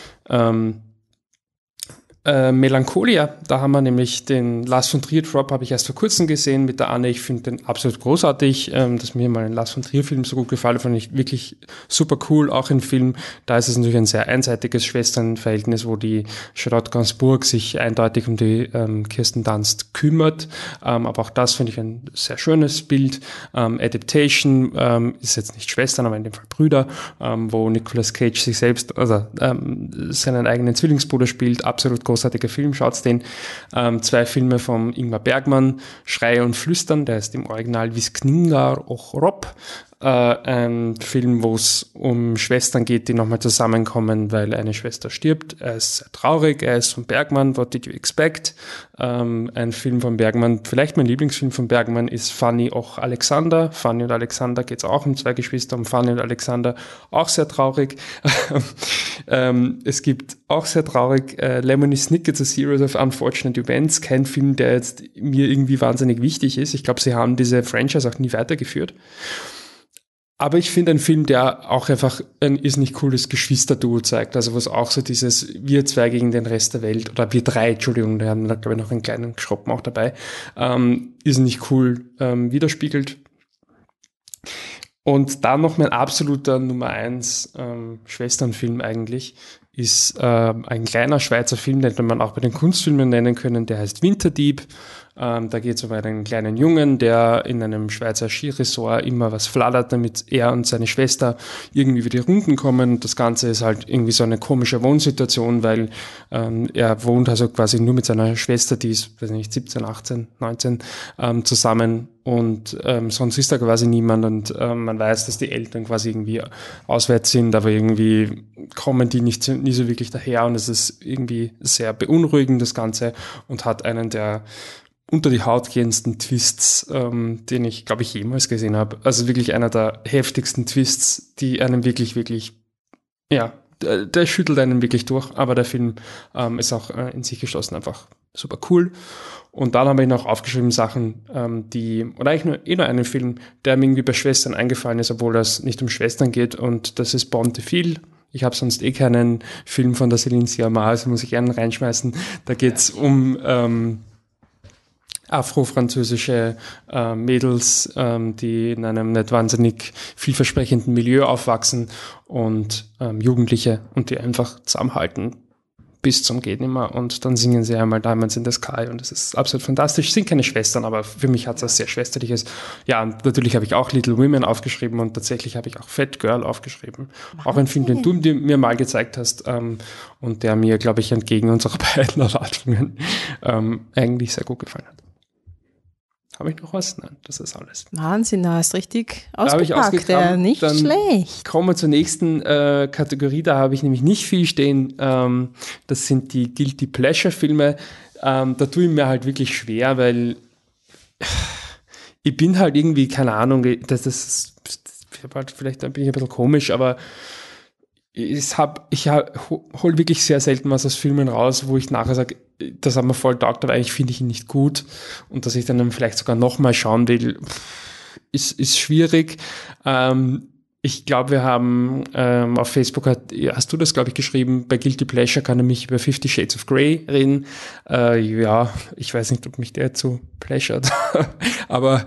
Melancholia, da haben wir nämlich den Lars von Trier Drop, habe ich erst vor kurzem gesehen mit der Anne. Ich finde den absolut großartig, dass mir mal ein Lars von Trier Film so gut gefallen, fand ich wirklich super cool. Auch ein Film, da ist es natürlich ein sehr einseitiges Schwesternverhältnis, wo die Charlotte Gainsbourg sich eindeutig um die Kirsten Dunst kümmert. Aber auch das finde ich ein sehr schönes Bild. Adaptation ist jetzt nicht Schwestern, aber in dem Fall Brüder, wo Nicolas Cage sich selbst, also seinen eigenen Zwillingsbruder spielt, absolut großartiger Film, schaut's den. 2 Filme von Ingmar Bergman, Schreie und Flüstern, der ist im Original Viskningar och Rob. Ein Film, wo es um Schwestern geht, die nochmal zusammenkommen, weil eine Schwester stirbt. Er ist sehr traurig, er ist von Bergman, What Did You Expect? Ein Film von Bergman, vielleicht mein Lieblingsfilm von Bergman ist Fanny och Alexander. Fanny und Alexander geht es auch um 2 Geschwister, um Fanny und Alexander, auch sehr traurig. Es gibt auch sehr traurig Lemony Snicket's A Series of Unfortunate Events, kein Film, der jetzt mir irgendwie wahnsinnig wichtig ist. Ich glaube, sie haben diese Franchise auch nie weitergeführt. Aber ich finde einen Film, der auch einfach ein irrsinnig cooles Geschwisterduo zeigt. Also was auch so dieses wir 2 gegen den Rest der Welt, oder wir 3, Entschuldigung, da haben wir, glaube ich, noch einen kleinen Schroppen auch dabei, irrsinnig cool widerspiegelt. Und dann noch mein absoluter Nummer 1 Schwesternfilm eigentlich, ist ein kleiner Schweizer Film, den man auch bei den Kunstfilmen nennen können, der heißt Winterdieb. Da geht es um einen kleinen Jungen, der in einem Schweizer Skiresort immer was flattert, damit er und seine Schwester irgendwie über die Runden kommen. Das Ganze ist halt irgendwie so eine komische Wohnsituation, weil er wohnt also quasi nur mit seiner Schwester, die ist, weiß nicht, 17, 18, 19, zusammen und sonst ist da quasi niemand und man weiß, dass die Eltern quasi irgendwie auswärts sind, aber irgendwie kommen die nie so wirklich daher und es ist irgendwie sehr beunruhigend, das Ganze, und hat einen der unter die Haut gehendsten Twists, den ich, glaube ich, jemals gesehen habe. Also wirklich einer der heftigsten Twists, die einem wirklich, wirklich, ja, der schüttelt einen wirklich durch. Aber der Film ist auch in sich geschlossen einfach super cool. Und dann habe ich noch aufgeschrieben Sachen, oder eigentlich nur einen Film, der mir irgendwie bei Schwestern eingefallen ist, obwohl das nicht um Schwestern geht. Und das ist Bon de Fil. Ich habe sonst keinen Film von der Céline Sciamma, also muss ich gerne reinschmeißen. Da geht's um afro-französische Mädels, die in einem nicht wahnsinnig vielversprechenden Milieu aufwachsen und Jugendliche und die einfach zusammenhalten bis zum geht nimmer und dann singen sie einmal Diamonds in the Sky und das ist absolut fantastisch. Sind keine Schwestern, aber für mich hat es was sehr Schwesterliches. Ja, und natürlich habe ich auch Little Women aufgeschrieben und tatsächlich habe ich auch Fat Girl aufgeschrieben. Auch ein Film, den du mir mal gezeigt hast und der mir, glaube ich, entgegen unserer beiden Erwartungen eigentlich sehr gut gefallen hat. Habe ich noch was? Nein, das ist alles. Wahnsinn, da hast richtig ausgepackt. Ja, nicht dann schlecht. Kommen wir zur nächsten Kategorie. Da habe ich nämlich nicht viel stehen. Das sind die Guilty Pleasure Filme. Da tue ich mir halt wirklich schwer, weil ich bin halt irgendwie, keine Ahnung, vielleicht bin ich ein bisschen komisch, aber ich hole wirklich sehr selten was aus Filmen raus, wo ich nachher sage, das hat mir voll taugt, aber eigentlich finde ich ihn nicht gut. Und dass ich dann vielleicht sogar nochmal schauen will, ist schwierig. Ich glaube, wir haben auf Facebook, hast du das, glaube ich, geschrieben, bei Guilty Pleasure kann er mich über 50 Shades of Grey reden. Ja, ich weiß nicht, ob mich der zu pleasured, aber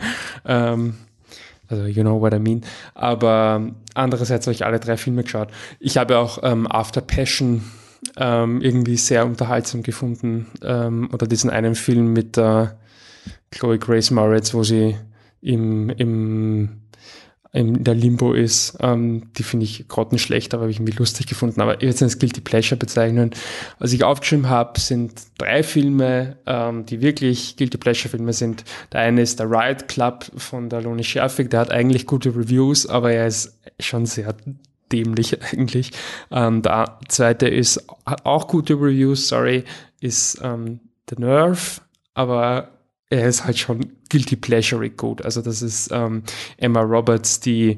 also, you know what I mean. Aber andererseits habe ich alle 3 Filme geschaut. Ich habe auch After Passion irgendwie sehr unterhaltsam gefunden. Oder diesen einen Film mit Chloe Grace Moretz, wo sie in der Limbo ist. Die finde ich grottenschlecht, aber habe ich irgendwie lustig gefunden. Aber jetzt als Guilty Pleasure bezeichnen. Was ich aufgeschrieben habe, sind 3 Filme, die wirklich Guilty Pleasure Filme sind. Der eine ist der Riot Club von der Loni Scherfig. Der hat eigentlich gute Reviews, aber er ist schon sehr dämlich eigentlich. Der zweite hat auch gute Reviews, ist The Nerve, aber er ist halt schon guilty pleasure gut. Also das ist Emma Roberts, die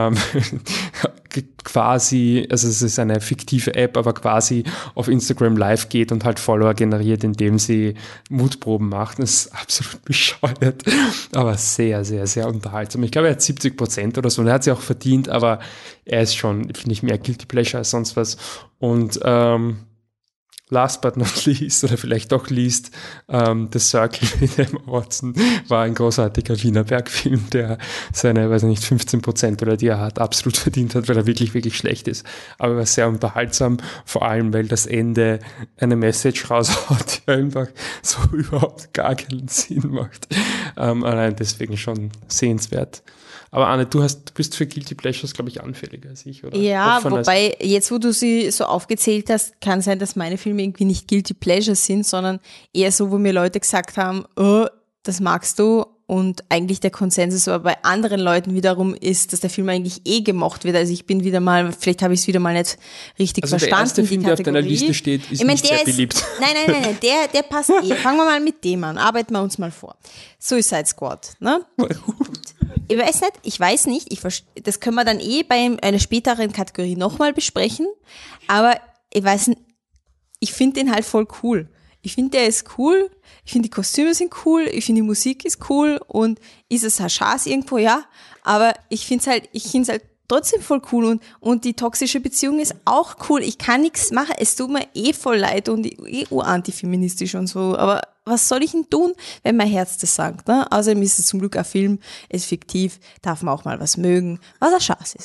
quasi, also es ist eine fiktive App, aber quasi auf Instagram live geht und halt Follower generiert, indem sie Mutproben macht. Das ist absolut bescheuert, aber sehr, sehr, sehr unterhaltsam. Ich glaube, er hat 70% oder so und er hat sie auch verdient, aber er ist schon, finde ich, mehr guilty pleasure als sonst was. Und last but not least, oder vielleicht doch least, The Circle mit Emma Watson war ein großartiger Wiener Bergfilm, der seine, weiß nicht, 15% oder die er hat, absolut verdient hat, weil er wirklich, wirklich schlecht ist. Aber er war sehr unterhaltsam, vor allem, weil das Ende eine Message raushaut, die einfach so überhaupt gar keinen Sinn macht. Allein deswegen schon sehenswert. Aber Anne, du bist für Guilty Pleasures, glaube ich, anfälliger als ich, oder? Ja, wobei, jetzt wo du sie so aufgezählt hast, kann sein, dass meine Filme irgendwie nicht Guilty Pleasures sind, sondern eher so, wo mir Leute gesagt haben, oh, das magst du, und eigentlich der Konsensus aber bei anderen Leuten wiederum ist, dass der Film eigentlich gemocht wird. Also ich bin wieder mal, vielleicht habe ich es wieder mal nicht richtig verstanden. Der erste Film, der auf deiner Liste steht, ist nicht sehr beliebt. Nein, der passt Fangen wir mal mit dem an, arbeiten wir uns mal vor. Suicide Squad, ne? Ich weiß nicht, das können wir dann bei einer späteren Kategorie nochmal besprechen, aber ich weiß nicht, ich finde den halt voll cool. Ich finde, der ist cool, ich finde, die Kostüme sind cool, ich finde, die Musik ist cool und ist es ein Schaß irgendwo, ja, aber ich finde es halt trotzdem voll cool und die toxische Beziehung ist auch cool. Ich kann nichts machen, es tut mir voll leid und antifeministisch und so, aber was soll ich denn tun, wenn mein Herz das sagt, ne? Außerdem ist es zum Glück ein Film, ist fiktiv, darf man auch mal was mögen, was ein Schaß ist.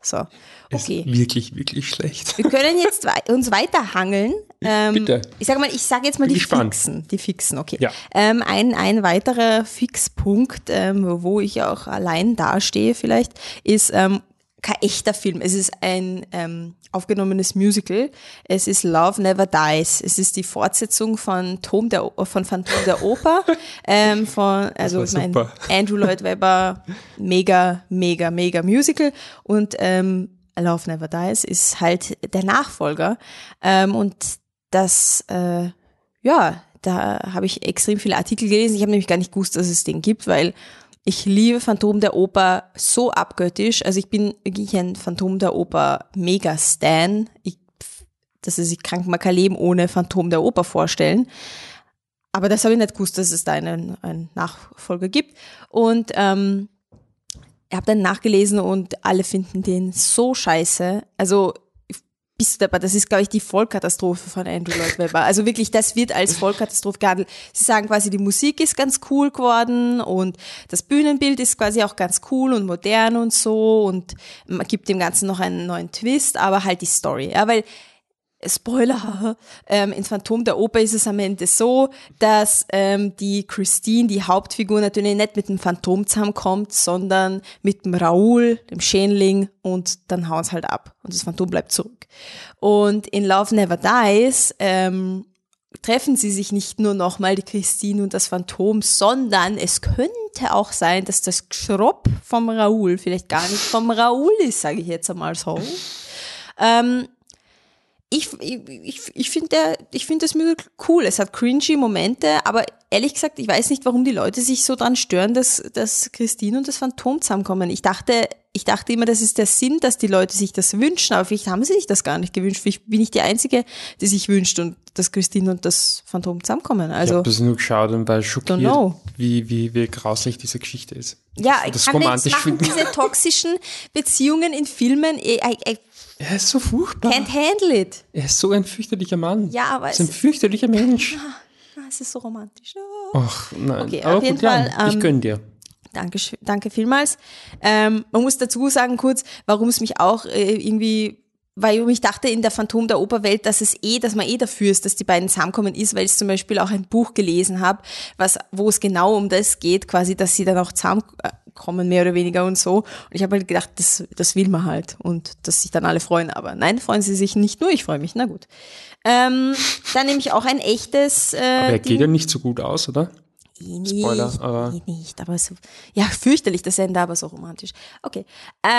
So, okay. Ist wirklich, wirklich schlecht. Wir können jetzt uns weiterhangeln. Bitte. Ich sage jetzt mal Bin die gespannt. Fixen. Die Fixen, okay. Ja. Ein weiterer Fixpunkt, wo ich auch allein dastehe vielleicht, ist kein echter Film. Es ist ein aufgenommenes Musical. Es ist Love Never Dies. Es ist die Fortsetzung von Phantom der Oper. Super. Andrew Lloyd Webber, mega, mega, mega Musical. Und Love Never Dies ist halt der Nachfolger. Und das, da habe ich extrem viele Artikel gelesen. Ich habe nämlich gar nicht gewusst, dass es den gibt, weil ich liebe Phantom der Oper so abgöttisch. Also ich bin wirklich ein Phantom der Oper Mega-Stan. Ich kann mir kein Leben ohne Phantom der Oper vorstellen. Aber das habe ich nicht gewusst, dass es da einen Nachfolger gibt. Und ich habe dann nachgelesen und alle finden den so scheiße. Also das ist, glaube ich, die Vollkatastrophe von Andrew Lloyd Webber. Also wirklich, das wird als Vollkatastrophe gehandelt. Sie sagen quasi, die Musik ist ganz cool geworden und das Bühnenbild ist quasi auch ganz cool und modern und so und man gibt dem Ganzen noch einen neuen Twist, aber halt die Story. Ja, weil Spoiler, in Phantom der Oper ist es am Ende so, dass die Christine, die Hauptfigur, natürlich nicht mit dem Phantom zusammenkommt, sondern mit dem Raoul, dem Schänling, und dann hauen sie halt ab und das Phantom bleibt zurück. Und in Love Never Dies treffen sie sich nicht nur nochmal, die Christine und das Phantom, sondern es könnte auch sein, dass das Geschropp vom Raoul vielleicht gar nicht vom Raoul ist, sage ich jetzt einmal so. Ich finde das Musical cool. Es hat cringy Momente, aber ehrlich gesagt, ich weiß nicht, warum die Leute sich so dran stören, dass Christine und das Phantom zusammenkommen. Ich dachte immer, das ist der Sinn, dass die Leute sich das wünschen, aber vielleicht haben sie sich das gar nicht gewünscht. Vielleicht bin ich die Einzige, die sich wünscht, und dass Christine und das Phantom zusammenkommen. Also, ich habe das nur geschaut und war schockiert, wie grauslich diese Geschichte ist. Ja, ich kann nichts machen, diese toxischen Beziehungen in Filmen. Er ist so furchtbar. Can't handle it. Er ist so ein fürchterlicher Mann. Ja, aber er ist ein fürchterlicher Mensch. Es ist so romantisch. Ach, nein. Okay, aber auf jeden gut, Fall. ich gönn dir. Danke vielmals. Man muss dazu sagen kurz, warum es mich auch weil ich dachte in der Phantom der Operwelt, dass man dafür ist, dass die beiden zusammenkommen ist, weil ich zum Beispiel auch ein Buch gelesen habe, wo es genau um das geht, quasi, dass sie dann auch zusammenkommen, mehr oder weniger und so. Und ich habe halt gedacht, das will man halt und dass sich dann alle freuen. Aber nein, freuen sie sich nicht nur, ich freue mich, na gut. Dann nehme ich auch ein echtes aber er geht ja nicht so gut aus, oder? Spoiler, aber nicht, aber so, ja, fürchterlich das Ende, aber so romantisch. Okay.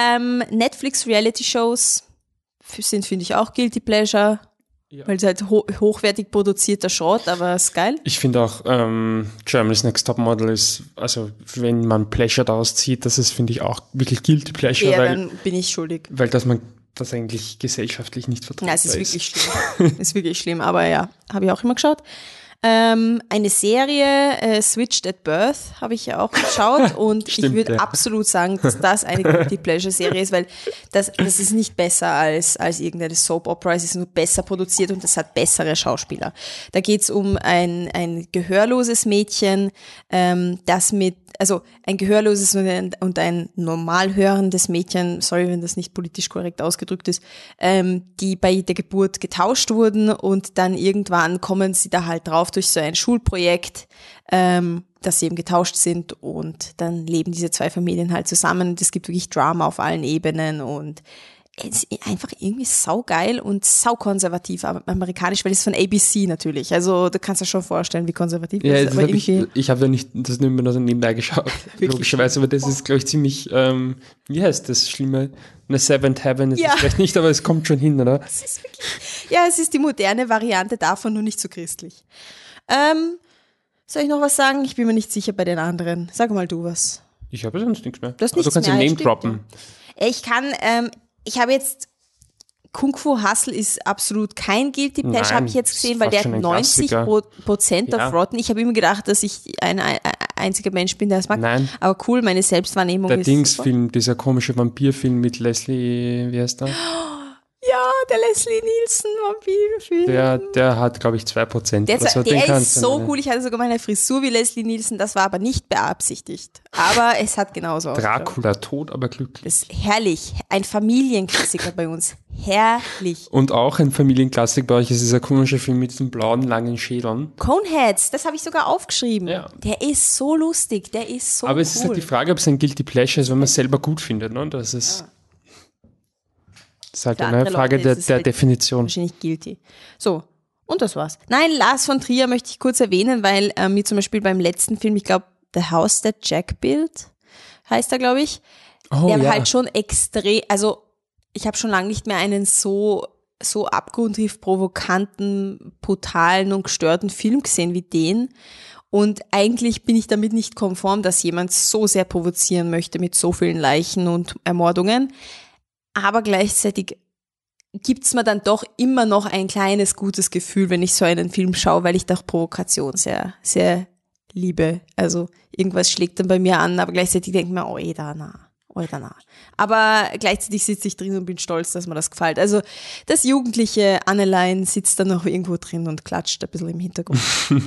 Netflix-Reality-Shows sind, finde ich, auch Guilty Pleasure, weil es halt hochwertig produzierter Schrott, aber ist geil. Ich finde auch, Germany's Next Top Model ist, also wenn man Pleasure daraus zieht, das ist, finde ich, auch wirklich Guilty Pleasure. Ja, dann bin ich schuldig. Weil dass man das eigentlich gesellschaftlich nicht vertretbar ist. Ja, es ist wirklich schlimm. Ist wirklich schlimm, aber ja, habe ich auch immer geschaut. Eine Serie, Switched at Birth, habe ich ja auch geschaut und Stimmt, ich würde absolut sagen, dass das eine Guilty Pleasure Serie ist, weil das ist nicht besser als irgendeine Soap Opera, es ist nur besser produziert und es hat bessere Schauspieler. Da geht es um ein gehörloses Mädchen, ein gehörloses und ein normal hörendes Mädchen, sorry, wenn das nicht politisch korrekt ausgedrückt ist, die bei der Geburt getauscht wurden und dann irgendwann kommen sie da halt drauf durch so ein Schulprojekt, dass sie eben getauscht sind und dann leben diese zwei Familien halt zusammen und es gibt wirklich Drama auf allen Ebenen und es ist einfach irgendwie saugeil und saukonservativ, aber amerikanisch, weil es von ABC natürlich. Also du kannst dir schon vorstellen, wie konservativ ja, das ist. Ich habe ja nicht das nur noch nebenbei geschaut, logischerweise, aber das ist, glaube ich, ziemlich, wie heißt das Schlimme? Eine Seventh Heaven ist es vielleicht nicht, aber es kommt schon hin, oder? Es ist wirklich, es ist die moderne Variante davon, nur nicht so christlich. Soll ich noch was sagen? Ich bin mir nicht sicher bei den anderen. Sag mal du was. Ich habe sonst nichts mehr. Du kannst ja Name droppen. Ich habe jetzt Kung Fu Hustle ist absolut kein Guilty Pleasure, habe ich jetzt gesehen, weil der hat 90% auf Rotten. Ich habe immer gedacht, dass ich ein einziger Mensch bin, der es mag. Nein. Aber cool, meine Selbstwahrnehmung der ist Dingsfilm, dieser komische Vampirfilm mit Leslie, wie heißt der? Ja, der Leslie Nielsen Vampirfilm. Der hat, glaube ich, 2%. Der Den ist so cool. Ich hatte sogar meine Frisur wie Leslie Nielsen. Das war aber nicht beabsichtigt. Aber es hat genauso ausgeschaut. Dracula tot, aber glücklich. Das ist herrlich. Ein Familienklassiker bei uns. Herrlich. Und auch ein Familienklassiker bei euch ist dieser komische Film mit diesen blauen, langen Schädeln. Coneheads, das habe ich sogar aufgeschrieben. Ja. Der ist so lustig, der ist so Aber cool. es ist halt die Frage, ob es ein Guilty Pleasure ist, wenn man es selber gut findet. Ne? Das ist halt Für eine andere Frage Leute ist es der halt Definition. Wahrscheinlich guilty. So, und das war's. Nein, Lars von Trier möchte ich kurz erwähnen, weil mir zum Beispiel beim letzten Film, ich glaube, The House That Jack Built, heißt er, glaube ich, der halt schon extrem, also ich habe schon lange nicht mehr einen so abgrundtief provokanten, brutalen und gestörten Film gesehen wie den. Und eigentlich bin ich damit nicht konform, dass jemand so sehr provozieren möchte mit so vielen Leichen und Ermordungen. Aber gleichzeitig gibt's mir dann doch immer noch ein kleines gutes Gefühl, wenn ich so einen Film schaue, weil ich doch Provokation sehr, sehr liebe. Also irgendwas schlägt dann bei mir an, aber gleichzeitig denke ich mir, oh, da na. Aber gleichzeitig sitze ich drin und bin stolz, dass mir das gefällt. Also das jugendliche Annelein sitzt da noch irgendwo drin und klatscht ein bisschen im Hintergrund.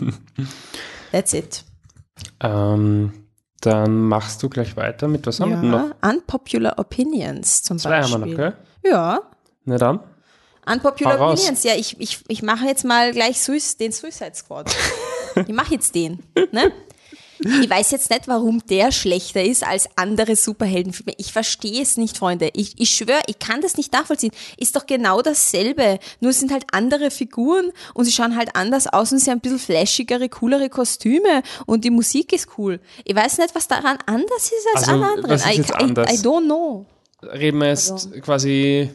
That's it. Dann machst du gleich weiter mit was haben wir denn noch? Unpopular Opinions zum Zwei Beispiel. haben wir noch, gell? Ja. Na dann. Unpopular Hau raus. Opinions. Ja, ich mache jetzt mal gleich den Suicide Squad. Ich mache jetzt den. Ne? Ich weiß jetzt nicht, warum der schlechter ist als andere Superheldenfilme. Ich verstehe es nicht, Freunde. Ich schwöre, ich kann das nicht nachvollziehen. Ist doch genau dasselbe. Nur es sind halt andere Figuren und sie schauen halt anders aus und sie haben ein bisschen flashigere, coolere Kostüme und die Musik ist cool. Ich weiß nicht, was daran anders ist als Also, alle anderen. was ist jetzt anders? I don't know. Reden wir jetzt quasi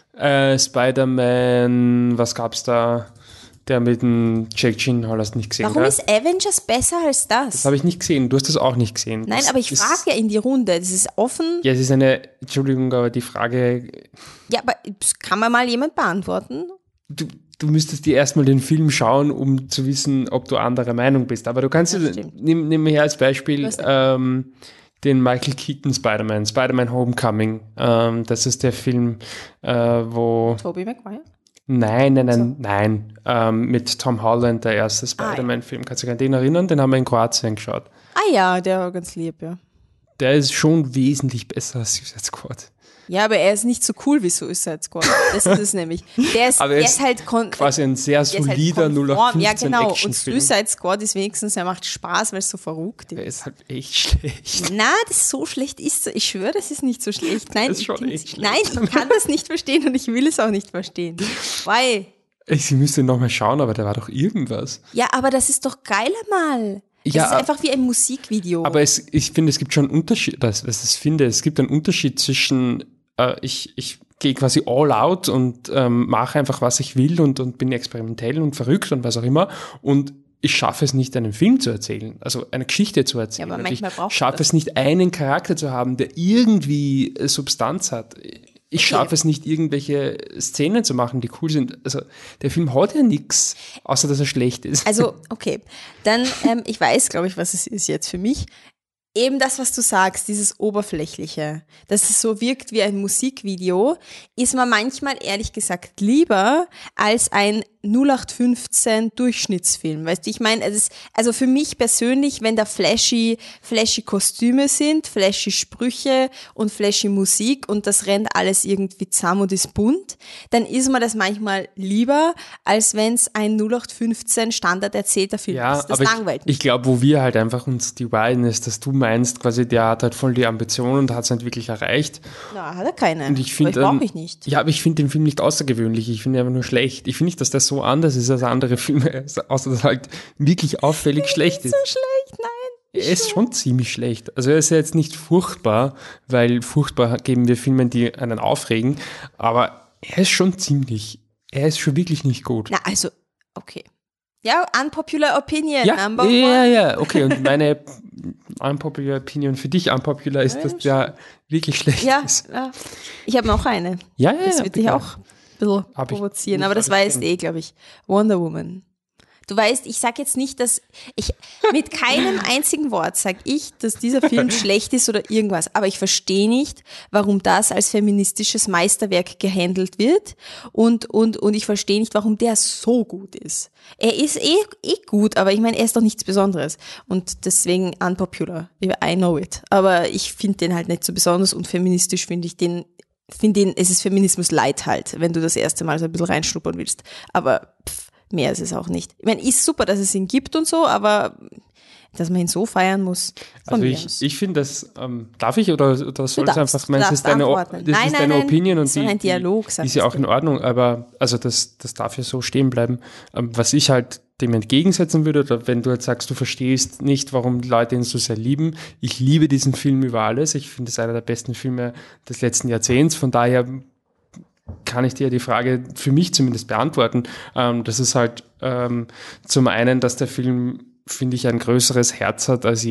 Spider-Man, was gab's da? Der mit dem Jake Gyllenhaal hast du nicht gesehen, Warum gell? ist Avengers besser als das? Das habe ich nicht gesehen. Du hast das auch nicht gesehen. Nein, aber ich frage ja in die Runde. Das ist offen. Ja, es ist eine, Entschuldigung, aber die Frage, Ja, aber kann mir mal jemand beantworten? du müsstest dir erstmal den Film schauen, um zu wissen, ob du anderer Meinung bist. Aber du kannst, nimm mir her als Beispiel den Michael Keaton Spider-Man Homecoming. Das ist der Film, wo... Tobey Maguire? Nein. Mit Tom Holland, der erste Spider-Man-Film. Kannst du dich an den erinnern? Den haben wir in Kroatien geschaut. Ah ja, der war ganz lieb, ja. Der ist schon wesentlich besser als Suicide Squad. Ja, aber er ist nicht so cool wie Suicide Squad. Das ist es nämlich. Der ist halt quasi ein sehr solider 0815 Ja, genau. Und Actionfilm. Suicide Squad ist wenigstens, er macht Spaß, weil es so verrückt Der ist. ist halt echt schlecht. Na, das so schlecht ist. Ich schwöre, das ist nicht so schlecht. Nein, Das ist schon echt schlecht. Nein, ich kann das nicht verstehen und ich will es auch nicht verstehen. Weil. Ich müsste nochmal schauen, aber der war doch irgendwas. Ja, aber das ist doch geil einmal. Ja, das ist einfach wie ein Musikvideo. Aber ich finde, es gibt schon einen Unterschied. Es gibt einen Unterschied zwischen ich gehe quasi all out und mache einfach, was ich will und bin experimentell und verrückt und was auch immer. Und ich schaffe es nicht, einen Film zu erzählen, also eine Geschichte zu erzählen. Ja, aber und manchmal ich braucht schaffe das. es nicht, einen Charakter zu haben, der irgendwie Substanz hat. Ich schaffe es nicht, irgendwelche Szenen zu machen, die cool sind. Also der Film hat ja nichts, außer dass er schlecht ist. Also, okay. Dann, ich weiß, glaube ich, was es ist jetzt für mich. Eben das, was du sagst, dieses Oberflächliche, dass es so wirkt wie ein Musikvideo, ist mir manchmal ehrlich gesagt lieber als ein 0815 Durchschnittsfilm. Weißt du, ich meine, also für mich persönlich, wenn da flashy Kostüme sind, flashy Sprüche und flashy Musik und das rennt alles irgendwie zusammen und ist bunt, dann ist mir das manchmal lieber, als wenn es ein 0815 Standard erzählter Film ist. Das aber langweilt mich. ich glaube, wo wir halt einfach uns dividen ist, dass du meinst, quasi der hat halt voll die Ambition und hat es nicht wirklich erreicht. Na, hat er keine. Und ich finde, brauche ich nicht. Ja, aber ich finde den Film nicht außergewöhnlich. Ich finde ihn einfach nur schlecht. Ich finde nicht, dass der so anders ist als andere Filme, außer dass er halt wirklich auffällig schlecht ist. So schlecht, nein. Er ist schon ziemlich schlecht. Also er ist ja jetzt nicht furchtbar, weil furchtbar geben wir Filmen, die einen aufregen, aber er ist schon wirklich nicht gut. Na, also, okay. Ja, unpopular opinion, number one. Ja, okay. Und meine unpopular opinion für dich unpopular ist, dass der wirklich schlecht ist. Ja, ich habe noch eine. Ja, Das wird dich bitte. auch ein bisschen provozieren, aber das weißt glaube ich. Wonder Woman. Du weißt, ich sage jetzt nicht, dass ich mit keinem einzigen Wort sage ich, dass dieser Film schlecht ist oder irgendwas. Aber ich verstehe nicht, warum das als feministisches Meisterwerk gehandelt wird und ich verstehe nicht, warum der so gut ist. Er ist eh gut, aber ich meine, er ist doch nichts Besonderes. Und deswegen unpopular. I know it. Aber ich finde den halt nicht so besonders und feministisch finde es ist Feminismus light halt, wenn du das erste Mal so ein bisschen reinschnuppern willst. Aber mehr ist es auch nicht. Ich meine, ist super, dass es ihn gibt und so, aber dass man ihn so feiern muss. Also ich finde das, darf ich oder soll es einfach, meinst du, ist deine Opinion und ein Dialog, ist ja auch in Ordnung, aber also das darf ja so stehen bleiben. Was ich halt dem entgegensetzen würde, oder wenn du halt sagst, du verstehst nicht, warum die Leute ihn so sehr lieben. Ich liebe diesen Film über alles. Ich finde es einer der besten Filme des letzten Jahrzehnts. Von daher kann ich dir die Frage für mich zumindest beantworten. Das ist halt zum einen, dass der Film, finde ich, ein größeres Herz hat als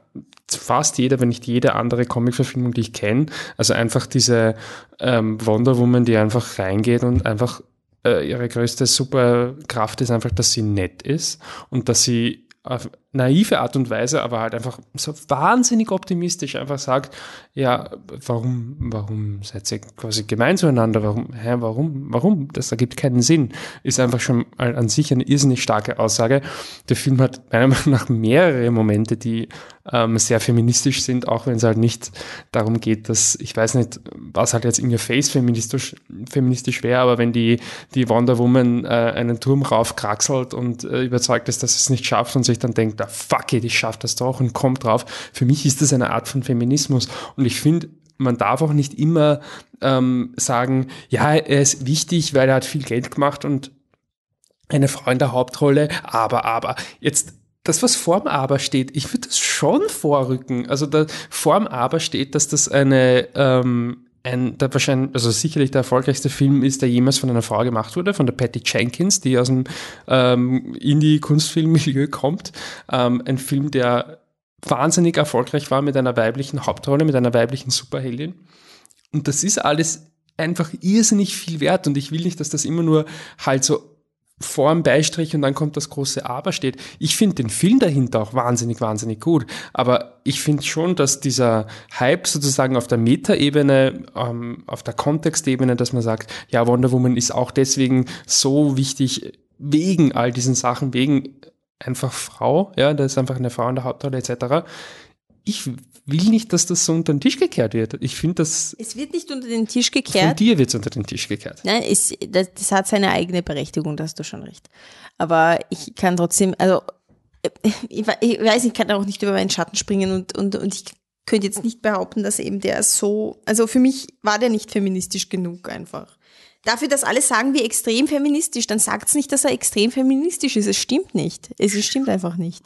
fast jeder, wenn nicht jede andere Comic-Verfilmung, die ich kenne. Also einfach diese Wonder Woman, die einfach reingeht und einfach ihre größte Superkraft ist einfach, dass sie nett ist und dass sie auf naive Art und Weise, aber halt einfach so wahnsinnig optimistisch einfach sagt, ja, warum seid ihr quasi gemein zueinander? Warum? Das ergibt keinen Sinn. Ist einfach schon an sich eine irrsinnig starke Aussage. Der Film hat meiner Meinung nach mehrere Momente, die sehr feministisch sind, auch wenn es halt nicht darum geht, dass, ich weiß nicht, was halt jetzt in your face feministisch wäre, aber wenn die Wonder Woman einen Turm raufkraxelt und überzeugt ist, dass es nicht schafft und sich dann denkt, fuck it, ich schaff das doch und kommt drauf. Für mich ist das eine Art von Feminismus und ich finde, man darf auch nicht immer sagen, ja, er ist wichtig, weil er hat viel Geld gemacht und eine Frau in der Hauptrolle, aber jetzt das, was vorm Aber steht, ich würde das schon vorrücken. Also da vorm Aber steht, dass das sicherlich der erfolgreichste Film ist, der jemals von einer Frau gemacht wurde, von der Patty Jenkins, die aus dem Indie-Kunstfilmmilieu kommt. Ein Film, der wahnsinnig erfolgreich war mit einer weiblichen Hauptrolle, mit einer weiblichen Superheldin. Und das ist alles einfach irrsinnig viel wert und ich will nicht, dass das immer nur halt so vor dem Beistrich und dann kommt das große Aber steht. Ich finde den Film dahinter auch wahnsinnig, wahnsinnig gut. Aber ich finde schon, dass dieser Hype sozusagen auf der Metaebene, auf der Kontextebene, dass man sagt, ja, Wonder Woman ist auch deswegen so wichtig, wegen all diesen Sachen, wegen einfach Frau, ja, da ist einfach eine Frau in der Hauptrolle etc. Ich will nicht, dass das so unter den Tisch gekehrt wird. Ich finde, das... Es wird nicht unter den Tisch gekehrt. Von dir wird es unter den Tisch gekehrt. Nein, das hat seine eigene Berechtigung, da hast du schon recht. Aber ich kann trotzdem, also ich weiß, ich kann auch nicht über meinen Schatten springen und ich könnte jetzt nicht behaupten, dass eben der so, also für mich war der nicht feministisch genug einfach. Dafür, dass alle sagen, wie extrem feministisch, dann sagt's nicht, dass er extrem feministisch ist. Es stimmt nicht. Es stimmt einfach nicht.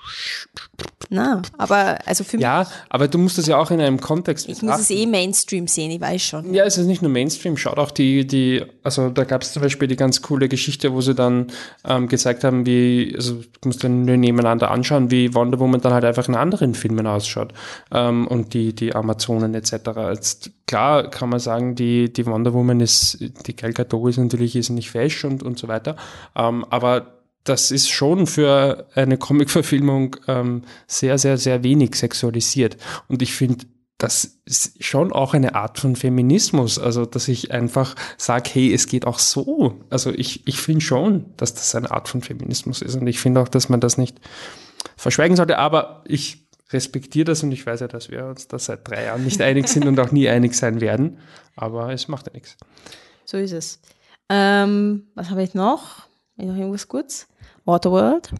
Na, aber also für mich... Ja, aber du musst das ja auch in einem Kontext betrachten. Ich muss es Mainstream sehen, ich weiß schon. Ja, es ist nicht nur Mainstream, schaut auch also da gab es zum Beispiel die ganz coole Geschichte, wo sie dann gezeigt haben, also du musst dann nur nebeneinander anschauen, wie Wonder Woman dann halt einfach in anderen Filmen ausschaut und die Amazonen etc. Jetzt, klar kann man sagen, die Wonder Woman die Gal Gadot ist natürlich nicht fesch und so weiter, aber das ist schon für eine Comic-Verfilmung sehr, sehr, sehr wenig sexualisiert. Und ich finde, das ist schon auch eine Art von Feminismus. Also, dass ich einfach sage, hey, es geht auch so. Also, ich finde schon, dass das eine Art von Feminismus ist. Und ich finde auch, dass man das nicht verschweigen sollte. Aber ich respektiere das und ich weiß ja, dass wir uns da seit 3 Jahren nicht einig sind und auch nie einig sein werden. Aber es macht ja nichts. So ist es. Was habe ich noch? Noch irgendwas kurz? Waterworld.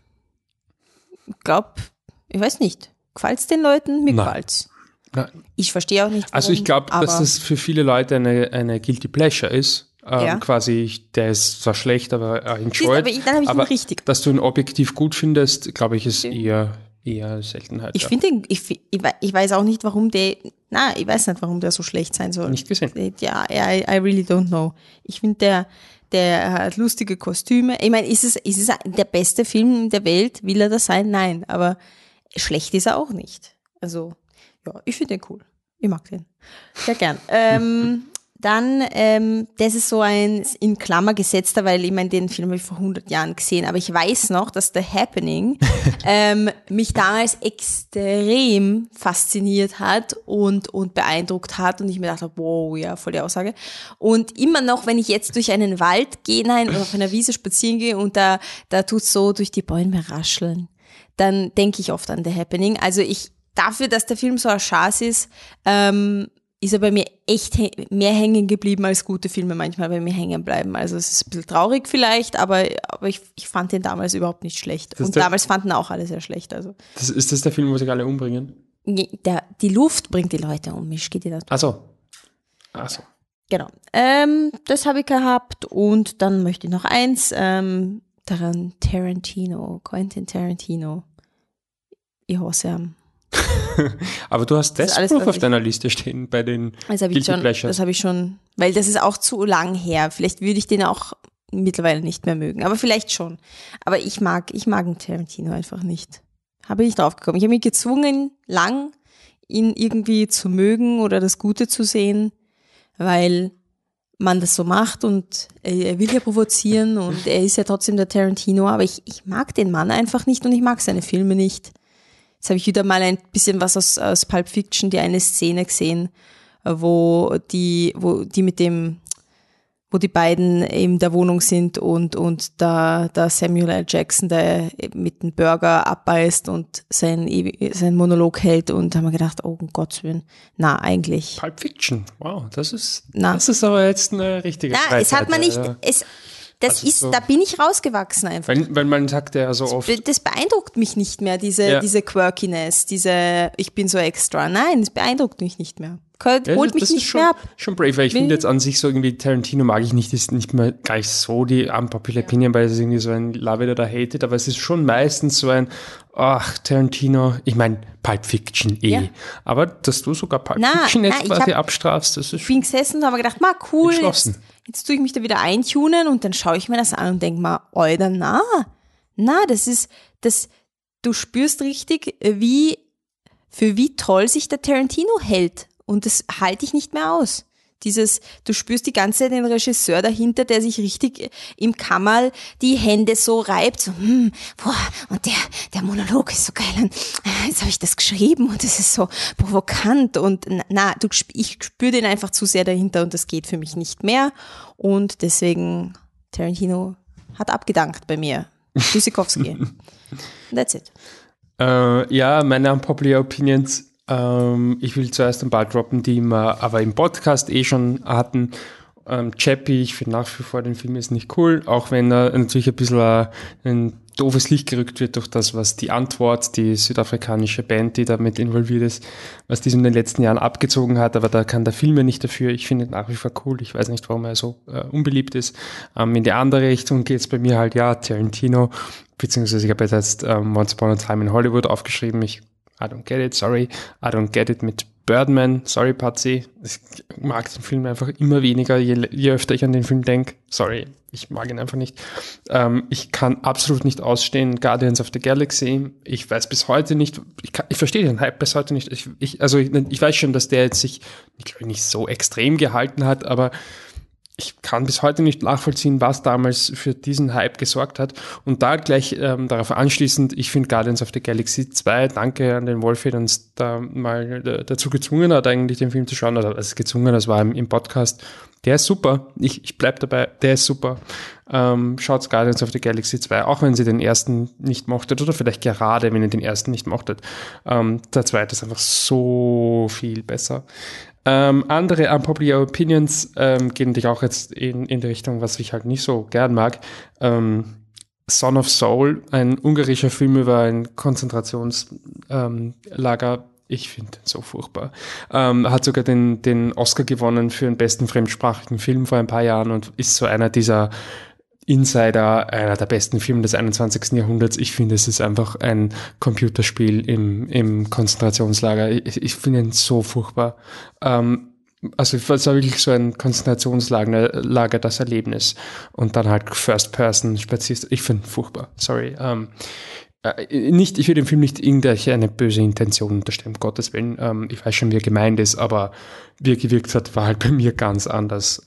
Ich weiß nicht. Gefällt es den Leuten? Mir gefällt's. Ich verstehe auch nicht, warum. Also ich glaube, dass das für viele Leute eine Guilty Pleasure ist. Ja. Quasi, der ist zwar schlecht, aber enjoyed. Dann habe ich ihn richtig. Dass du ihn objektiv gut findest, glaube ich, ist eher Seltenheit. Ich finde ich weiß auch nicht, warum ich weiß nicht, warum der so schlecht sein soll. Nicht gesehen. Ja, I really don't know. Ich finde, der hat lustige Kostüme. Ich meine, ist es der beste Film der Welt? Will er das sein? Nein, aber schlecht ist er auch nicht. Also, ja, ich finde den cool. Ich mag den. Sehr gern. Dann, das ist so ein in Klammer gesetzter, weil ich meine, den Film habe ich vor 100 Jahren gesehen, aber ich weiß noch, dass The Happening mich damals extrem fasziniert hat und beeindruckt hat und ich mir dachte, wow, ja, voll die Aussage. Und immer noch, wenn ich jetzt durch einen Wald gehe, oder auf einer Wiese spazieren gehe und da tut's so durch die Bäume rascheln, dann denke ich oft an The Happening. Also dafür, dass der Film so ein Schatz ist er bei mir echt mehr hängen geblieben, als gute Filme manchmal bei mir hängen bleiben. Also es ist ein bisschen traurig vielleicht, aber ich fand den damals überhaupt nicht schlecht. Und damals fanden auch alle sehr schlecht. Also. Ist das der Film, wo sich alle umbringen? Die Luft bringt die Leute um. Ich geht dir das. Ach so. Genau. Das habe ich gehabt und dann möchte ich noch eins. Quentin Tarantino. Ich hasse ihn. Aber du hast Death Proof auf deiner Liste stehen bei den Guilty Pleasures. Das habe ich schon, weil das ist auch zu lang her. Vielleicht würde ich den auch mittlerweile nicht mehr mögen, aber vielleicht schon. Aber ich mag einen Tarantino einfach nicht. Habe ich nicht drauf gekommen. Ich habe mich gezwungen, lang ihn irgendwie zu mögen oder das Gute zu sehen, weil man das so macht und er will ja provozieren und er ist ja trotzdem der Tarantino, aber ich mag den Mann einfach nicht und ich mag seine Filme nicht. Jetzt habe ich wieder mal ein bisschen was aus Pulp Fiction, die eine Szene gesehen, wo die beiden in der Wohnung sind und da Samuel L. Jackson, der mit dem Burger abbeißt und sein Monolog hält und haben wir gedacht, oh, um Gottes Willen, eigentlich. Pulp Fiction, wow, das ist aber jetzt eine richtige Freizeit. Es hat man nicht, da bin ich rausgewachsen einfach. Weil man sagt ja so oft. Das beeindruckt mich nicht mehr, diese Quirkiness, ich bin so extra. Nein, das beeindruckt mich nicht mehr. Holt mich nicht mehr ab. Schon brave, weil ich finde jetzt an sich so irgendwie Tarantino mag ich nicht, ist nicht mehr gleich so die unpopular Opinion, weil es irgendwie so ein Love it oder hate it, aber es ist schon meistens so ein, Tarantino, ich meine Pulp Fiction aber dass du sogar Pulp Fiction jetzt quasi abstrafst, das ist. Ich bin gesessen und habe gedacht, cool, jetzt tue ich mich da wieder eintunen und dann schaue ich mir das an und denke mal, Alter, du spürst richtig, für wie toll sich der Tarantino hält. Und das halte ich nicht mehr aus. Du spürst die ganze Zeit den Regisseur dahinter, der sich richtig im Kammerl die Hände so reibt, so, und der Monolog ist so geil, und jetzt habe ich das geschrieben und das ist so provokant und ich spüre den einfach zu sehr dahinter und das geht für mich nicht mehr und deswegen Tarantino hat abgedankt bei mir. Tschüssikowski. That's it. Meine unpopular Opinions. Ich will zuerst ein paar droppen, die wir aber im Podcast schon hatten. Chappie, ich finde nach wie vor den Film ist nicht cool, auch wenn er natürlich ein bisschen ein doofes Licht gerückt wird durch das, was die Antwort, die südafrikanische Band, die damit involviert ist, was die in den letzten Jahren abgezogen hat, aber da kann der Film ja nicht dafür. Ich finde ihn nach wie vor cool. Ich weiß nicht, warum er so unbeliebt ist. In die andere Richtung geht es bei mir halt, Tarantino, beziehungsweise ich habe jetzt Once Upon a Time in Hollywood aufgeschrieben. I don't get it, sorry. I don't get it mit Birdman, sorry Patsy. Ich mag den Film einfach immer weniger, je öfter ich an den Film denke. Sorry, ich mag ihn einfach nicht. Ich kann absolut nicht ausstehen Guardians of the Galaxy. Ich weiß bis heute nicht, ich verstehe den Hype bis heute nicht. Ich weiß schon, dass der jetzt sich nicht so extrem gehalten hat, aber ich kann bis heute nicht nachvollziehen, was damals für diesen Hype gesorgt hat. Und da gleich darauf anschließend, ich finde Guardians of the Galaxy 2, danke an den Wolfi, der uns da mal dazu gezwungen hat, eigentlich den Film zu schauen. Oder also gezwungen, das war im Podcast. Der ist super. Ich bleib dabei, der ist super. Schaut Guardians of the Galaxy 2, auch wenn sie den ersten nicht mochtet oder vielleicht gerade, wenn ihr den ersten nicht mochtet. Der zweite ist einfach so viel besser. Andere unpopular Opinions gehen natürlich auch jetzt in die Richtung, was ich halt nicht so gern mag. Son of Soul, ein ungarischer Film über ein Konzentrationslager. Ich finde den so furchtbar. Hat sogar den Oscar gewonnen für den besten fremdsprachigen Film vor ein paar Jahren und ist so einer dieser Insider, einer der besten Filme des 21. Jahrhunderts. Ich finde, es ist einfach ein Computerspiel im Konzentrationslager. Ich finde ihn so furchtbar. Also es war wirklich so ein Konzentrationslager, das Erlebnis. Und dann halt First Person spazierst. Ich finde ihn furchtbar. Sorry. Ich will dem Film nicht irgendeine böse Intention unterstellen, um Gottes Willen. Ich weiß schon, wie er gemeint ist, aber wie er gewirkt hat, war halt bei mir ganz anders.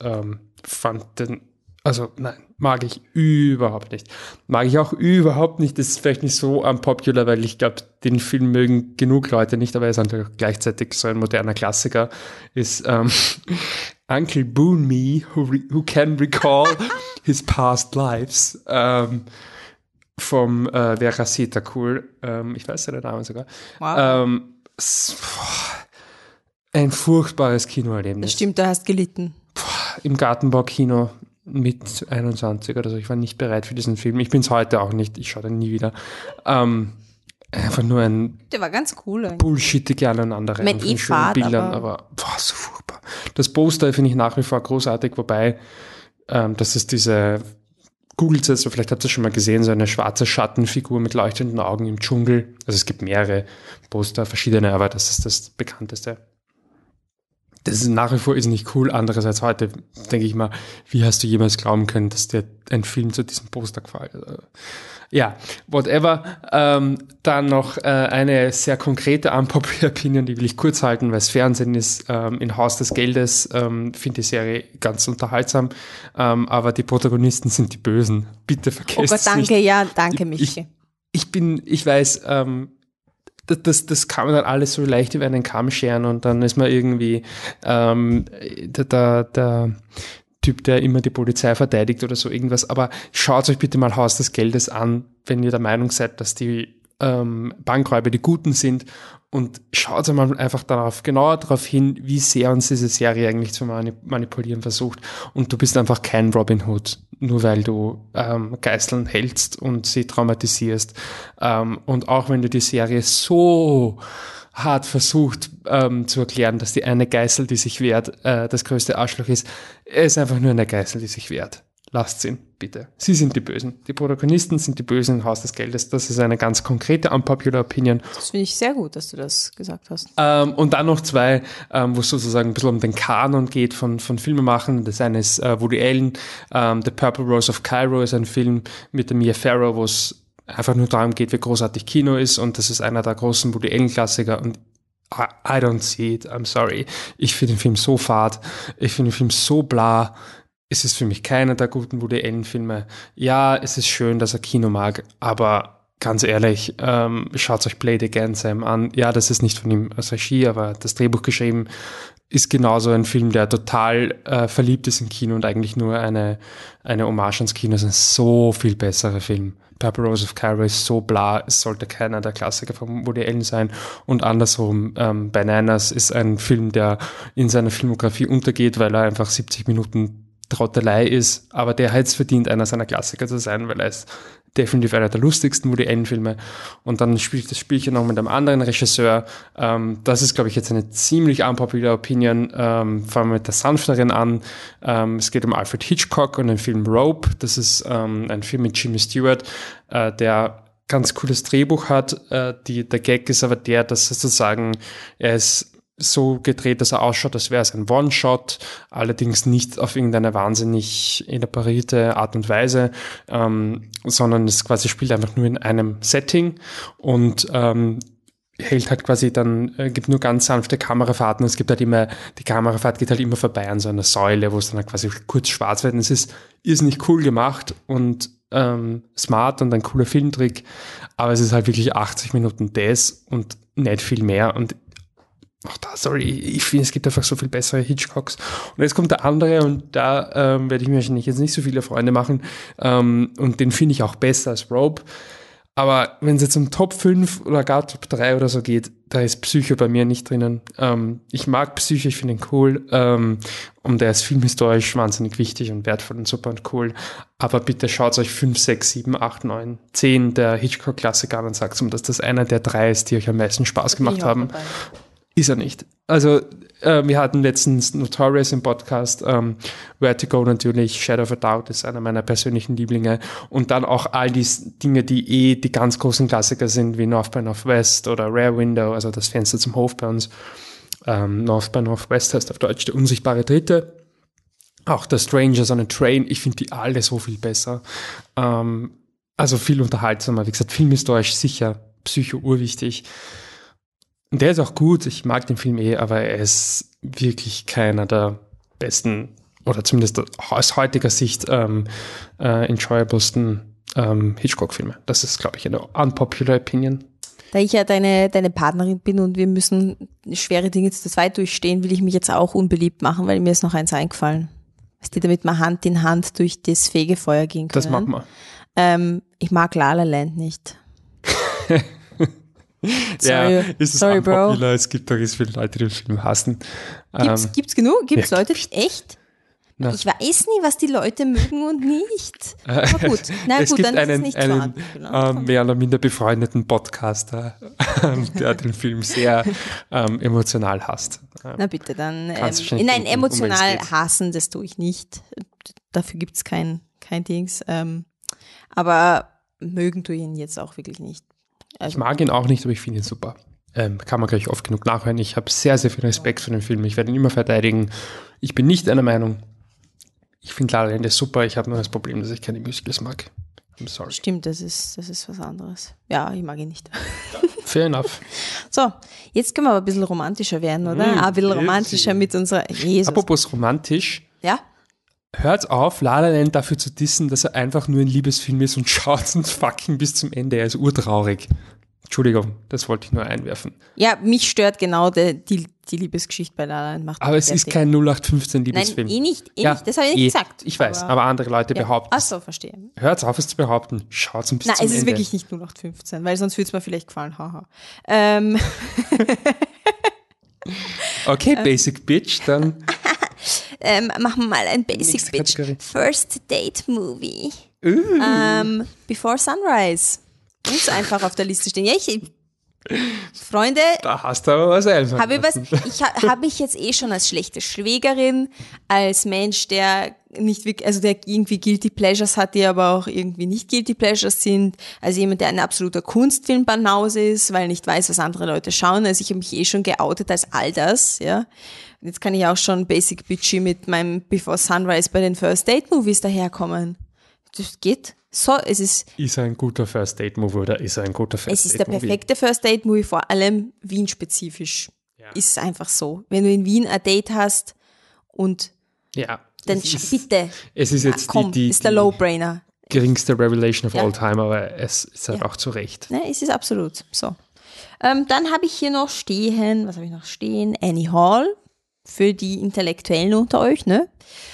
Nein, mag ich überhaupt nicht. Mag ich auch überhaupt nicht. Das ist vielleicht nicht so unpopular, weil ich glaube, den Film mögen genug Leute nicht, aber er ist einfach gleichzeitig so ein moderner Klassiker. Ist Uncle Boone Me, who can recall his past lives. Vom Vera Seta, cool. Ich weiß seinen Namen sogar. Wow. Ein furchtbares Kinoerlebnis. Das stimmt, du hast gelitten. Im Gartenbaukino mit 21 oder so. Ich war nicht bereit für diesen Film. Ich bin es heute auch nicht. Ich schaue den nie wieder. Einfach nur ein Der war ganz cool eigentlich. bullshittige Aneinanderreihung von schönen Bildern, aber so furchtbar. Das Poster finde ich nach wie vor großartig, wobei das ist diese googelt es, vielleicht habt ihr es schon mal gesehen, so eine schwarze Schattenfigur mit leuchtenden Augen im Dschungel. Also es gibt mehrere Poster, verschiedene, aber das ist das bekannteste. Das ist nach wie vor ist nicht cool. Andererseits heute denke ich mal, wie hast du jemals glauben können, dass dir ein Film zu diesem Poster gefällt? Ja, whatever. Dann noch eine sehr konkrete unpopular Opinion, die will ich kurz halten, weil es Fernsehen ist. In Haus des Geldes finde die Serie ganz unterhaltsam, aber die Protagonisten sind die Bösen. Bitte vergesst es nicht. Danke, ja, danke, Michi. Ich weiß, das kann man dann alles so leicht über einen Kamm scheren und dann ist man irgendwie der Typ, der immer die Polizei verteidigt oder so irgendwas. Aber schaut euch bitte mal Haus des Geldes an, wenn ihr der Meinung seid, dass die Bankräuber die Guten sind, und schaut einmal einfach genauer darauf hin, wie sehr uns diese Serie eigentlich zu manipulieren versucht. Und du bist einfach kein Robin Hood, nur weil du Geiseln hältst und sie traumatisierst. Und auch wenn du die Serie so hart versucht zu erklären, dass die eine Geißel, die sich wehrt, das größte Arschloch ist, er ist einfach nur eine Geißel, die sich wehrt. Lasst ihn, bitte. Sie sind die Bösen. Die Protagonisten sind die Bösen im Haus des Geldes. Das ist eine ganz konkrete unpopular Opinion. Das finde ich sehr gut, dass du das gesagt hast. Und dann noch zwei, wo es sozusagen ein bisschen um den Kanon geht von Filmemachern. Das eine ist Woody Allen. The Purple Rose of Cairo ist ein Film mit der Mia Farrow, wo es einfach nur darum geht, wie großartig Kino ist. Und das ist einer der großen Woody Allen-Klassiker. Und I don't see it. I'm sorry. Ich finde den Film so fad. Ich finde den Film so bla. Es ist für mich keiner der guten Woody Allen-Filme. Ja, es ist schön, dass er Kino mag, aber ganz ehrlich, schaut euch Play the Again Sam an. Ja, das ist nicht von ihm als Regie, aber das Drehbuch geschrieben ist genauso ein Film, der total verliebt ist im Kino und eigentlich nur eine Hommage ans Kino. Es ist ein so viel besserer Film. Purple Rose of Cairo ist so bla, es sollte keiner der Klassiker von Woody Allen sein. Und andersrum, Bananas ist ein Film, der in seiner Filmografie untergeht, weil er einfach 70 Minuten Trottelei ist, aber der hat es verdient, einer seiner Klassiker zu sein, weil er ist definitiv einer der lustigsten Woody Allen-Filme. Und dann spielt das Spielchen noch mit einem anderen Regisseur. Das ist, glaube ich, jetzt eine ziemlich unpopular Opinion. Fangen wir mit der sanfteren an. Es geht um Alfred Hitchcock und den Film Rope. Das ist ein Film mit Jimmy Stewart, der ganz cooles Drehbuch hat. Der Gag ist aber der, dass sozusagen er ist so gedreht, dass er ausschaut, als wäre es ein One-Shot, allerdings nicht auf irgendeine wahnsinnig elaborierte Art und Weise, sondern es quasi spielt einfach nur in einem Setting und hält halt quasi dann, gibt nur ganz sanfte Kamerafahrten. Es gibt halt immer, die Kamerafahrt geht halt immer vorbei an so einer Säule, wo es dann halt quasi kurz schwarz wird. Und es ist irrsinnig cool gemacht und smart und ein cooler Filmtrick, aber es ist halt wirklich 80 Minuten das und nicht viel mehr. Und ich finde, es gibt einfach so viel bessere Hitchcocks. Und jetzt kommt der andere und da werde ich mir wahrscheinlich jetzt nicht so viele Freunde machen. Und den finde ich auch besser als Rope. Aber wenn es jetzt um Top 5 oder gar Top 3 oder so geht, da ist Psycho bei mir nicht drinnen. Ich mag Psycho, ich finde ihn cool. Und der ist filmhistorisch wahnsinnig wichtig und wertvoll und super und cool. Aber bitte schaut euch 5, 6, 7, 8, 9, 10 der Hitchcock-Klassiker an und sagt dass das einer der 3 ist, die euch am meisten Spaß gemacht haben. Dabei. Ist er nicht. Also wir hatten letztens Notorious im Podcast, Vertigo natürlich, Shadow of a Doubt ist einer meiner persönlichen Lieblinge und dann auch all die Dinge, die die ganz großen Klassiker sind, wie North by Northwest oder Rear Window, also das Fenster zum Hof bei uns. North by Northwest heißt auf Deutsch der unsichtbare Dritte. Auch The Strangers on a Train, ich finde die alle so viel besser. Also viel unterhaltsamer. Wie gesagt, filmhistorisch sicher, Psycho urwichtig. Und der ist auch gut, ich mag den Film aber er ist wirklich keiner der besten, oder zumindest aus heutiger Sicht enjoyablesten Hitchcock-Filme. Das ist, glaube ich, eine unpopular Opinion. Da ich ja deine Partnerin bin und wir müssen schwere Dinge zu zweit durchstehen, will ich mich jetzt auch unbeliebt machen, weil mir ist noch eins eingefallen. Dass die damit mal Hand in Hand durch das Fegefeuer gehen können. Das machen wir. Ich mag La La Land nicht. Sorry, ja, ist es sorry, unpopular. Bro. Es gibt doch ganz viele Leute, die den Film hassen. Gibt's genug? Gibt's ja, Leute? Echt? Na. Ich weiß nie, was die Leute mögen und nicht. Aber gut. Na es gut, gibt dann ist es nicht einen wahr. mehr oder minder befreundeten Podcaster, der den Film sehr emotional hasst. Na bitte, dann denken, emotional hassen, das tue ich nicht. Dafür gibt's kein Dings. Aber mögen tue ich ihn jetzt auch wirklich nicht. Ich mag ihn auch nicht, aber ich finde ihn super. Kann man gleich oft genug nachhören. Ich habe sehr, sehr viel Respekt für den Film. Ich werde ihn immer verteidigen. Ich bin nicht einer Meinung. Ich finde La La Land super. Ich habe nur das Problem, dass ich keine Musicals mag. I'm sorry. Stimmt, das ist was anderes. Ja, ich mag ihn nicht. Fair enough. So, jetzt können wir aber ein bisschen romantischer werden, oder? Ein bisschen romantischer mit unserer Jesus. Apropos romantisch. Ja? Hört auf, La La Land dafür zu dissen, dass er einfach nur ein Liebesfilm ist und schaut uns fucking bis zum Ende. Er ist urtraurig. Entschuldigung, das wollte ich nur einwerfen. Ja, mich stört genau die Liebesgeschichte bei La La Land. Aber es ist kein 0815 Liebesfilm. Nein, nicht. Das habe ich nicht gesagt. Ich weiß, aber andere Leute behaupten. Ach so, verstehe. Hört auf, es zu behaupten. Schaut bis zum Ende. Nein, es ist wirklich nicht 0815, weil sonst würde es mir vielleicht gefallen. Haha. Okay, Basic Bitch, dann machen wir mal ein Basic Bitch. Kategorie. First Date Movie. Before Sunrise. Muss einfach auf der Liste stehen. Ja, Freunde, da hast du aber was einfach. Ich habe mich jetzt schon als schlechte Schwägerin, als Mensch, der nicht wirklich, also der irgendwie Guilty Pleasures hat, die aber auch irgendwie nicht Guilty Pleasures sind, also jemand, der ein absoluter Kunstfilm-Banause ist, weil er nicht weiß, was andere Leute schauen. Also ich habe mich schon geoutet als all das, ja. Jetzt kann ich auch schon Basic Bitchy mit meinem Before Sunrise bei den First Date Movies daherkommen. Das geht. So, es ist. Ist er ein guter First Date Movie oder ist er ein guter First Date Movie? Es ist der perfekte First Date Movie, vor allem Wien-spezifisch. Ja. Ist es einfach so. Wenn du in Wien ein Date hast und dann bitte. Es ist jetzt ist der Low-Brainer. Geringste Revelation of all time, aber es ist halt auch zu Recht. Ne, es ist absolut so. Dann habe ich hier noch stehen, was habe ich noch stehen? Annie Hall für die Intellektuellen unter euch, ne?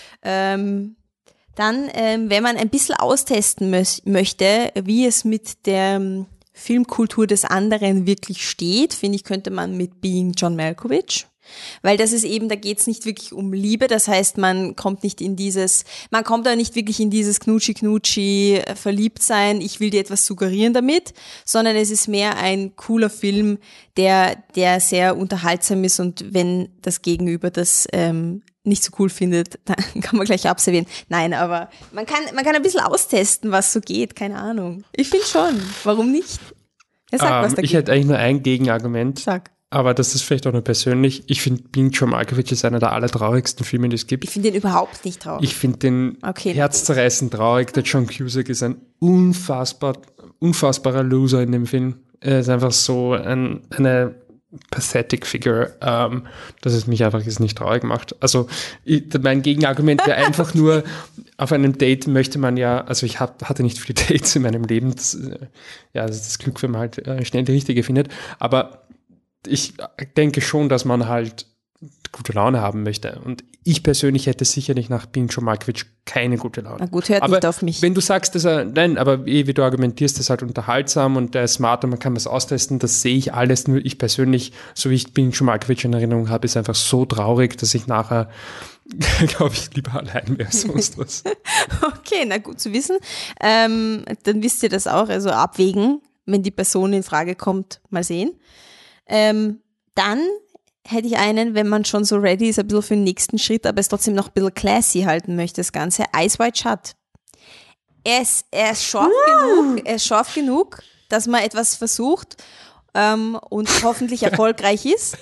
Dann, wenn man ein bisschen austesten möchte, wie es mit der Filmkultur des anderen wirklich steht, finde ich, könnte man mit Being John Malkovich, weil das ist eben, da geht es nicht wirklich um Liebe, das heißt, man kommt aber nicht wirklich in dieses Knutschi verliebt sein, ich will dir etwas suggerieren damit, sondern es ist mehr ein cooler Film, der sehr unterhaltsam ist und wenn das Gegenüber das nicht so cool findet, dann kann man gleich abservieren. Nein, aber man kann ein bisschen austesten, was so geht, keine Ahnung. Ich finde schon, warum nicht? Ja, sag, was da ich geht. hätte eigentlich nur ein Gegenargument. Sag. Aber das ist vielleicht auch nur persönlich. Ich finde, Being John Malkovich ist einer der allertraurigsten Filme, die es gibt. Ich finde den überhaupt nicht traurig. Ich finde den herzzerreißend traurig. Der John Cusack ist ein unfassbarer Loser in dem Film. Er ist einfach so eine pathetic Figure, dass es mich einfach jetzt nicht traurig macht. Also mein Gegenargument wäre einfach nur, auf einem Date möchte man ja, also ich hatte nicht viele Dates in meinem Leben, das ist das Glück, wenn man halt schnell die richtige findet, aber ich denke schon, dass man halt gute Laune haben möchte. Und ich persönlich hätte sicherlich nach Being John Malkovich keine gute Laune. Na gut, hört aber nicht auf mich. Wenn du sagst, aber wie du argumentierst, das ist halt unterhaltsam und der ist smart und man kann was austesten, das sehe ich alles, nur ich persönlich, so wie ich Being John Malkovich in Erinnerung habe, ist einfach so traurig, dass ich nachher, glaube ich, lieber allein wäre, sonst was. Okay, na gut zu wissen. Dann wisst ihr das auch, also abwägen, wenn die Person in Frage kommt, mal sehen. Dann hätte ich einen, wenn man schon so ready ist, ein bisschen für den nächsten Schritt, aber es trotzdem noch ein bisschen classy halten möchte, das Ganze. Eyes Wide Shut. Er ist scharf genug, dass man etwas versucht und hoffentlich erfolgreich ist.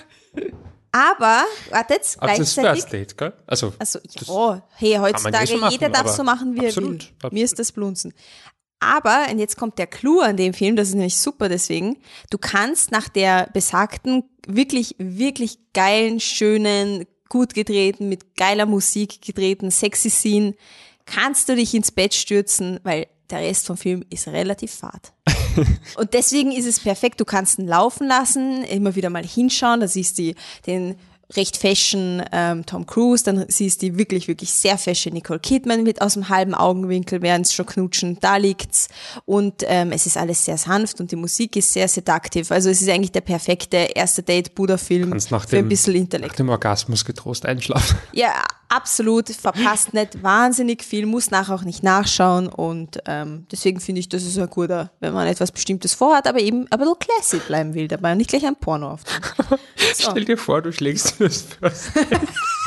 Aber, wartet, aber gleichzeitig. das ist First Date, gell? Also hey, heutzutage, jeder darf so machen, wie er will. Absolut. Mir ist das Blunzen. Aber, und jetzt kommt der Clou an dem Film, das ist nämlich super deswegen, du kannst nach der besagten, wirklich, wirklich geilen, schönen, gut gedrehten, mit geiler Musik gedrehten, sexy Scene, kannst du dich ins Bett stürzen, weil der Rest vom Film ist relativ fad. Und deswegen ist es perfekt, du kannst ihn laufen lassen, immer wieder mal hinschauen, da siehst du den recht fashion Tom Cruise, dann siehst du wirklich, wirklich sehr fashion Nicole Kidman mit aus dem halben Augenwinkel, während sie schon knutschen, da liegt's und es ist alles sehr sanft und die Musik ist sehr seductive, also es ist eigentlich der perfekte erste Date-Buddha-Film für ein bisschen Intellekt. Nach dem Orgasmus getrost einschlafen. Ja, absolut, verpasst nicht wahnsinnig viel, muss nachher auch nicht nachschauen und deswegen finde ich, das ist ein guter, wenn man etwas Bestimmtes vorhat, aber eben ein bisschen classy bleiben will dabei und nicht gleich ein Porno auftun. So. Stell dir vor, du schlägst fürs First Date.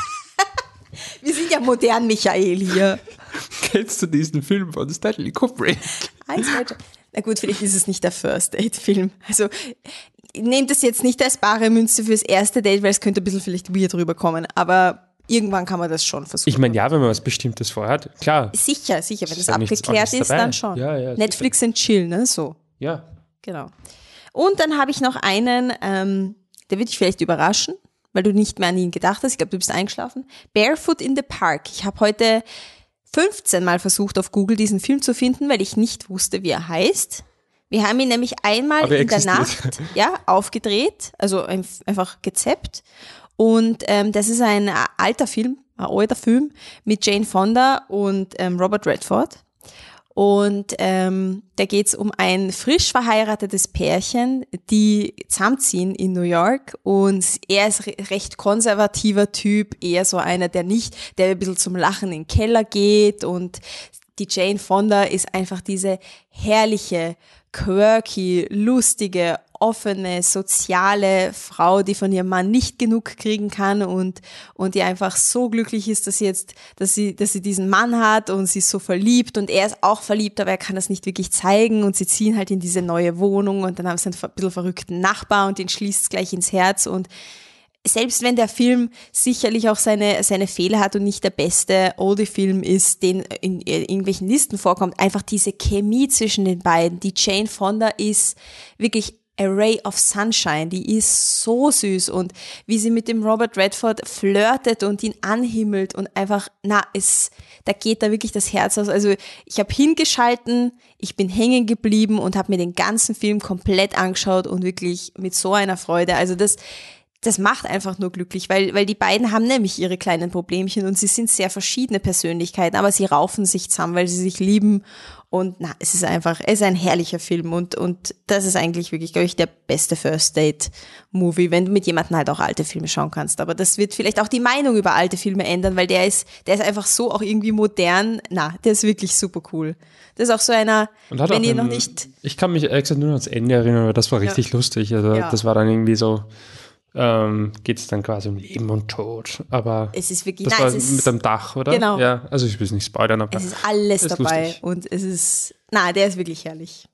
Wir sind ja modern, Michael, hier. Kennst du diesen Film von Stanley Kubrick? Na gut, vielleicht ist es nicht der First Date-Film. Also nehmt das jetzt nicht als bare Münze fürs erste Date, weil es könnte ein bisschen vielleicht weird rüberkommen, aber irgendwann kann man das schon versuchen. Ich meine, ja, wenn man was Bestimmtes vorhat, klar. Sicher, wenn das abgeklärt ist, dann schon. Ja, Netflix and Chill, ne, so. Ja. Genau. Und dann habe ich noch einen, der wird dich vielleicht überraschen, weil du nicht mehr an ihn gedacht hast. Ich glaube, du bist eingeschlafen. Barefoot in the Park. Ich habe heute 15 Mal versucht, auf Google diesen Film zu finden, weil ich nicht wusste, wie er heißt. Wir haben ihn nämlich einmal in der Nacht aufgedreht, also einfach gezappt. Und das ist ein alter Film mit Jane Fonda und Robert Redford. Und da geht's um ein frisch verheiratetes Pärchen, die zusammenziehen in New York und er ist recht konservativer Typ, eher so einer, der ein bisschen zum Lachen in den Keller geht und die Jane Fonda ist einfach diese herrliche, quirky, lustige, offene, soziale Frau, die von ihrem Mann nicht genug kriegen kann und die einfach so glücklich ist, dass sie diesen Mann hat und sie ist so verliebt und er ist auch verliebt, aber er kann das nicht wirklich zeigen und sie ziehen halt in diese neue Wohnung und dann haben sie einen ein bisschen verrückten Nachbar und den schließt es gleich ins Herz und selbst wenn der Film sicherlich auch seine Fehler hat und nicht der beste Oldie-Film ist, den in irgendwelchen Listen vorkommt, einfach diese Chemie zwischen den beiden. Die Jane Fonda ist wirklich a ray of sunshine, die ist so süß und wie sie mit dem Robert Redford flirtet und ihn anhimmelt und einfach, da geht da wirklich das Herz aus. Also ich habe hingeschalten, ich bin hängen geblieben und habe mir den ganzen Film komplett angeschaut und wirklich mit so einer Freude. Also das macht einfach nur glücklich, weil die beiden haben nämlich ihre kleinen Problemchen und sie sind sehr verschiedene Persönlichkeiten, aber sie raufen sich zusammen, weil sie sich lieben und es ist ein herrlicher Film und das ist eigentlich wirklich, glaube ich, der beste First Date Movie, wenn du mit jemandem halt auch alte Filme schauen kannst, aber das wird vielleicht auch die Meinung über alte Filme ändern, weil der ist einfach so auch irgendwie modern, der ist wirklich super cool. Das ist auch so einer, wenn ihr noch nicht... Ich kann mich ehrlich gesagt nur ans Ende erinnern, aber das war richtig lustig, also das war dann irgendwie so... geht es dann quasi um Leben und Tod, aber es ist wirklich, das war mit dem Dach, oder? Genau. Ja, also ich will es nicht spoilern, aber es ist alles dabei lustig. Und es ist, der ist wirklich herrlich.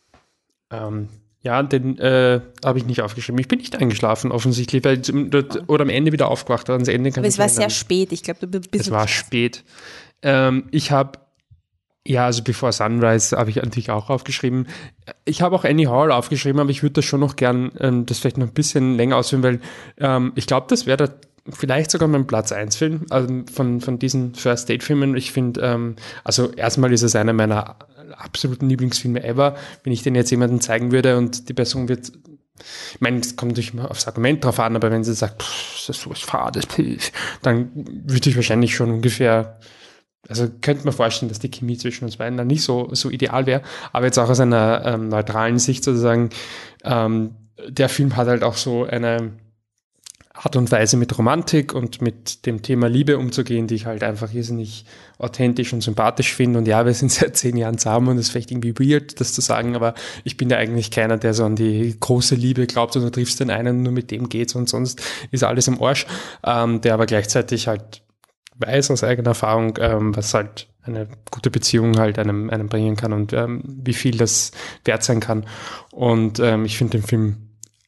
Ja, den habe ich nicht aufgeschrieben. Ich bin nicht eingeschlafen offensichtlich, weil oder am Ende wieder aufgewacht. Ans Ende kann aber es war sehr spät, ich glaube, du bist... Es war spät. Ich habe also bevor Sunrise habe ich natürlich auch aufgeschrieben. Ich habe auch Annie Hall aufgeschrieben, aber ich würde das schon noch gern, das vielleicht noch ein bisschen länger ausführen, weil ich glaube, das wäre vielleicht sogar mein Platz 1 Film von diesen First Date Filmen. Ich finde, also erstmal ist es einer meiner absoluten Lieblingsfilme ever. Wenn ich den jetzt jemandem zeigen würde und die Person wird, ich meine, es kommt natürlich immer aufs Argument drauf an, aber wenn sie sagt, das ist so was Fades, dann würde ich wahrscheinlich schon ungefähr... Also könnte man vorstellen, dass die Chemie zwischen uns beiden dann nicht so ideal wäre, aber jetzt auch aus einer neutralen Sicht sozusagen, der Film hat halt auch so eine Art und Weise mit Romantik und mit dem Thema Liebe umzugehen, die ich halt einfach irrsinnig authentisch und sympathisch finde und ja, wir sind seit 10 Jahren zusammen und es ist vielleicht irgendwie weird, das zu sagen, aber ich bin ja eigentlich keiner, der so an die große Liebe glaubt und du triffst den einen, nur mit dem geht's und sonst ist alles im Arsch, der aber gleichzeitig halt weiß aus eigener Erfahrung, was halt eine gute Beziehung halt einem bringen kann und wie viel das wert sein kann. Und ich finde den Film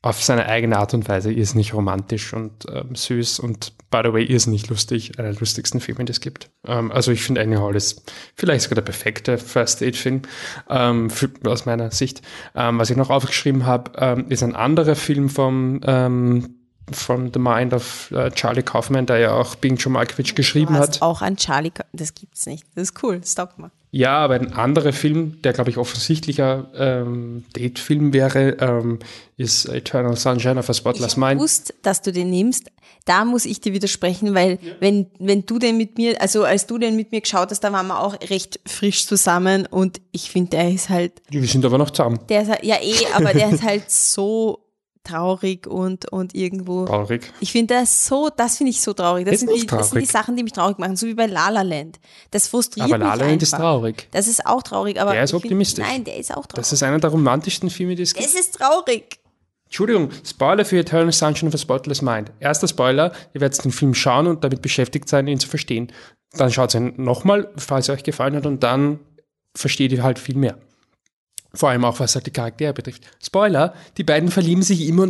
auf seine eigene Art und Weise irrsinnig romantisch und süß und by the way irrsinnig lustig, einer der lustigsten Filme, die es gibt. Also ich finde Annie Hall ist vielleicht sogar der perfekte First-Date-Film aus meiner Sicht. Was ich noch aufgeschrieben habe, ist ein anderer Film von The Mind of Charlie Kaufman, der ja auch Bing John Malkovich geschrieben hat. Auch an Charlie, das gibt's nicht. Das ist cool, das taugt mir. Ja, aber ein anderer Film, der, glaube ich, offensichtlicher Date-Film wäre, ist Eternal Sunshine of a Spotless Mind. Ich wusste, dass du den nimmst. Da muss ich dir widersprechen, weil wenn du den mit mir, also als du den mit mir geschaut hast, da waren wir auch recht frisch zusammen und ich finde, der ist halt... Wir sind aber noch zusammen. Der ist halt, ja aber der ist halt so traurig und irgendwo... Traurig. Ich finde das finde ich so traurig. Das sind die Sachen, die mich traurig machen, so wie bei La La Land. Das frustriert mich einfach. Aber La La Land ist traurig. Das ist auch traurig, aber... Der ist optimistisch. Nein, der ist auch traurig. Das ist einer der romantischsten Filme, die es gibt. Es ist traurig. Entschuldigung, Spoiler für Eternal Sunshine of a Spotless Mind. Erster Spoiler, ihr werdet den Film schauen und damit beschäftigt sein, ihn zu verstehen. Dann schaut ihn nochmal, falls er euch gefallen hat, und dann versteht ihr halt viel mehr. Vor allem auch, was halt die Charaktere betrifft. Spoiler, die beiden verlieben sich immer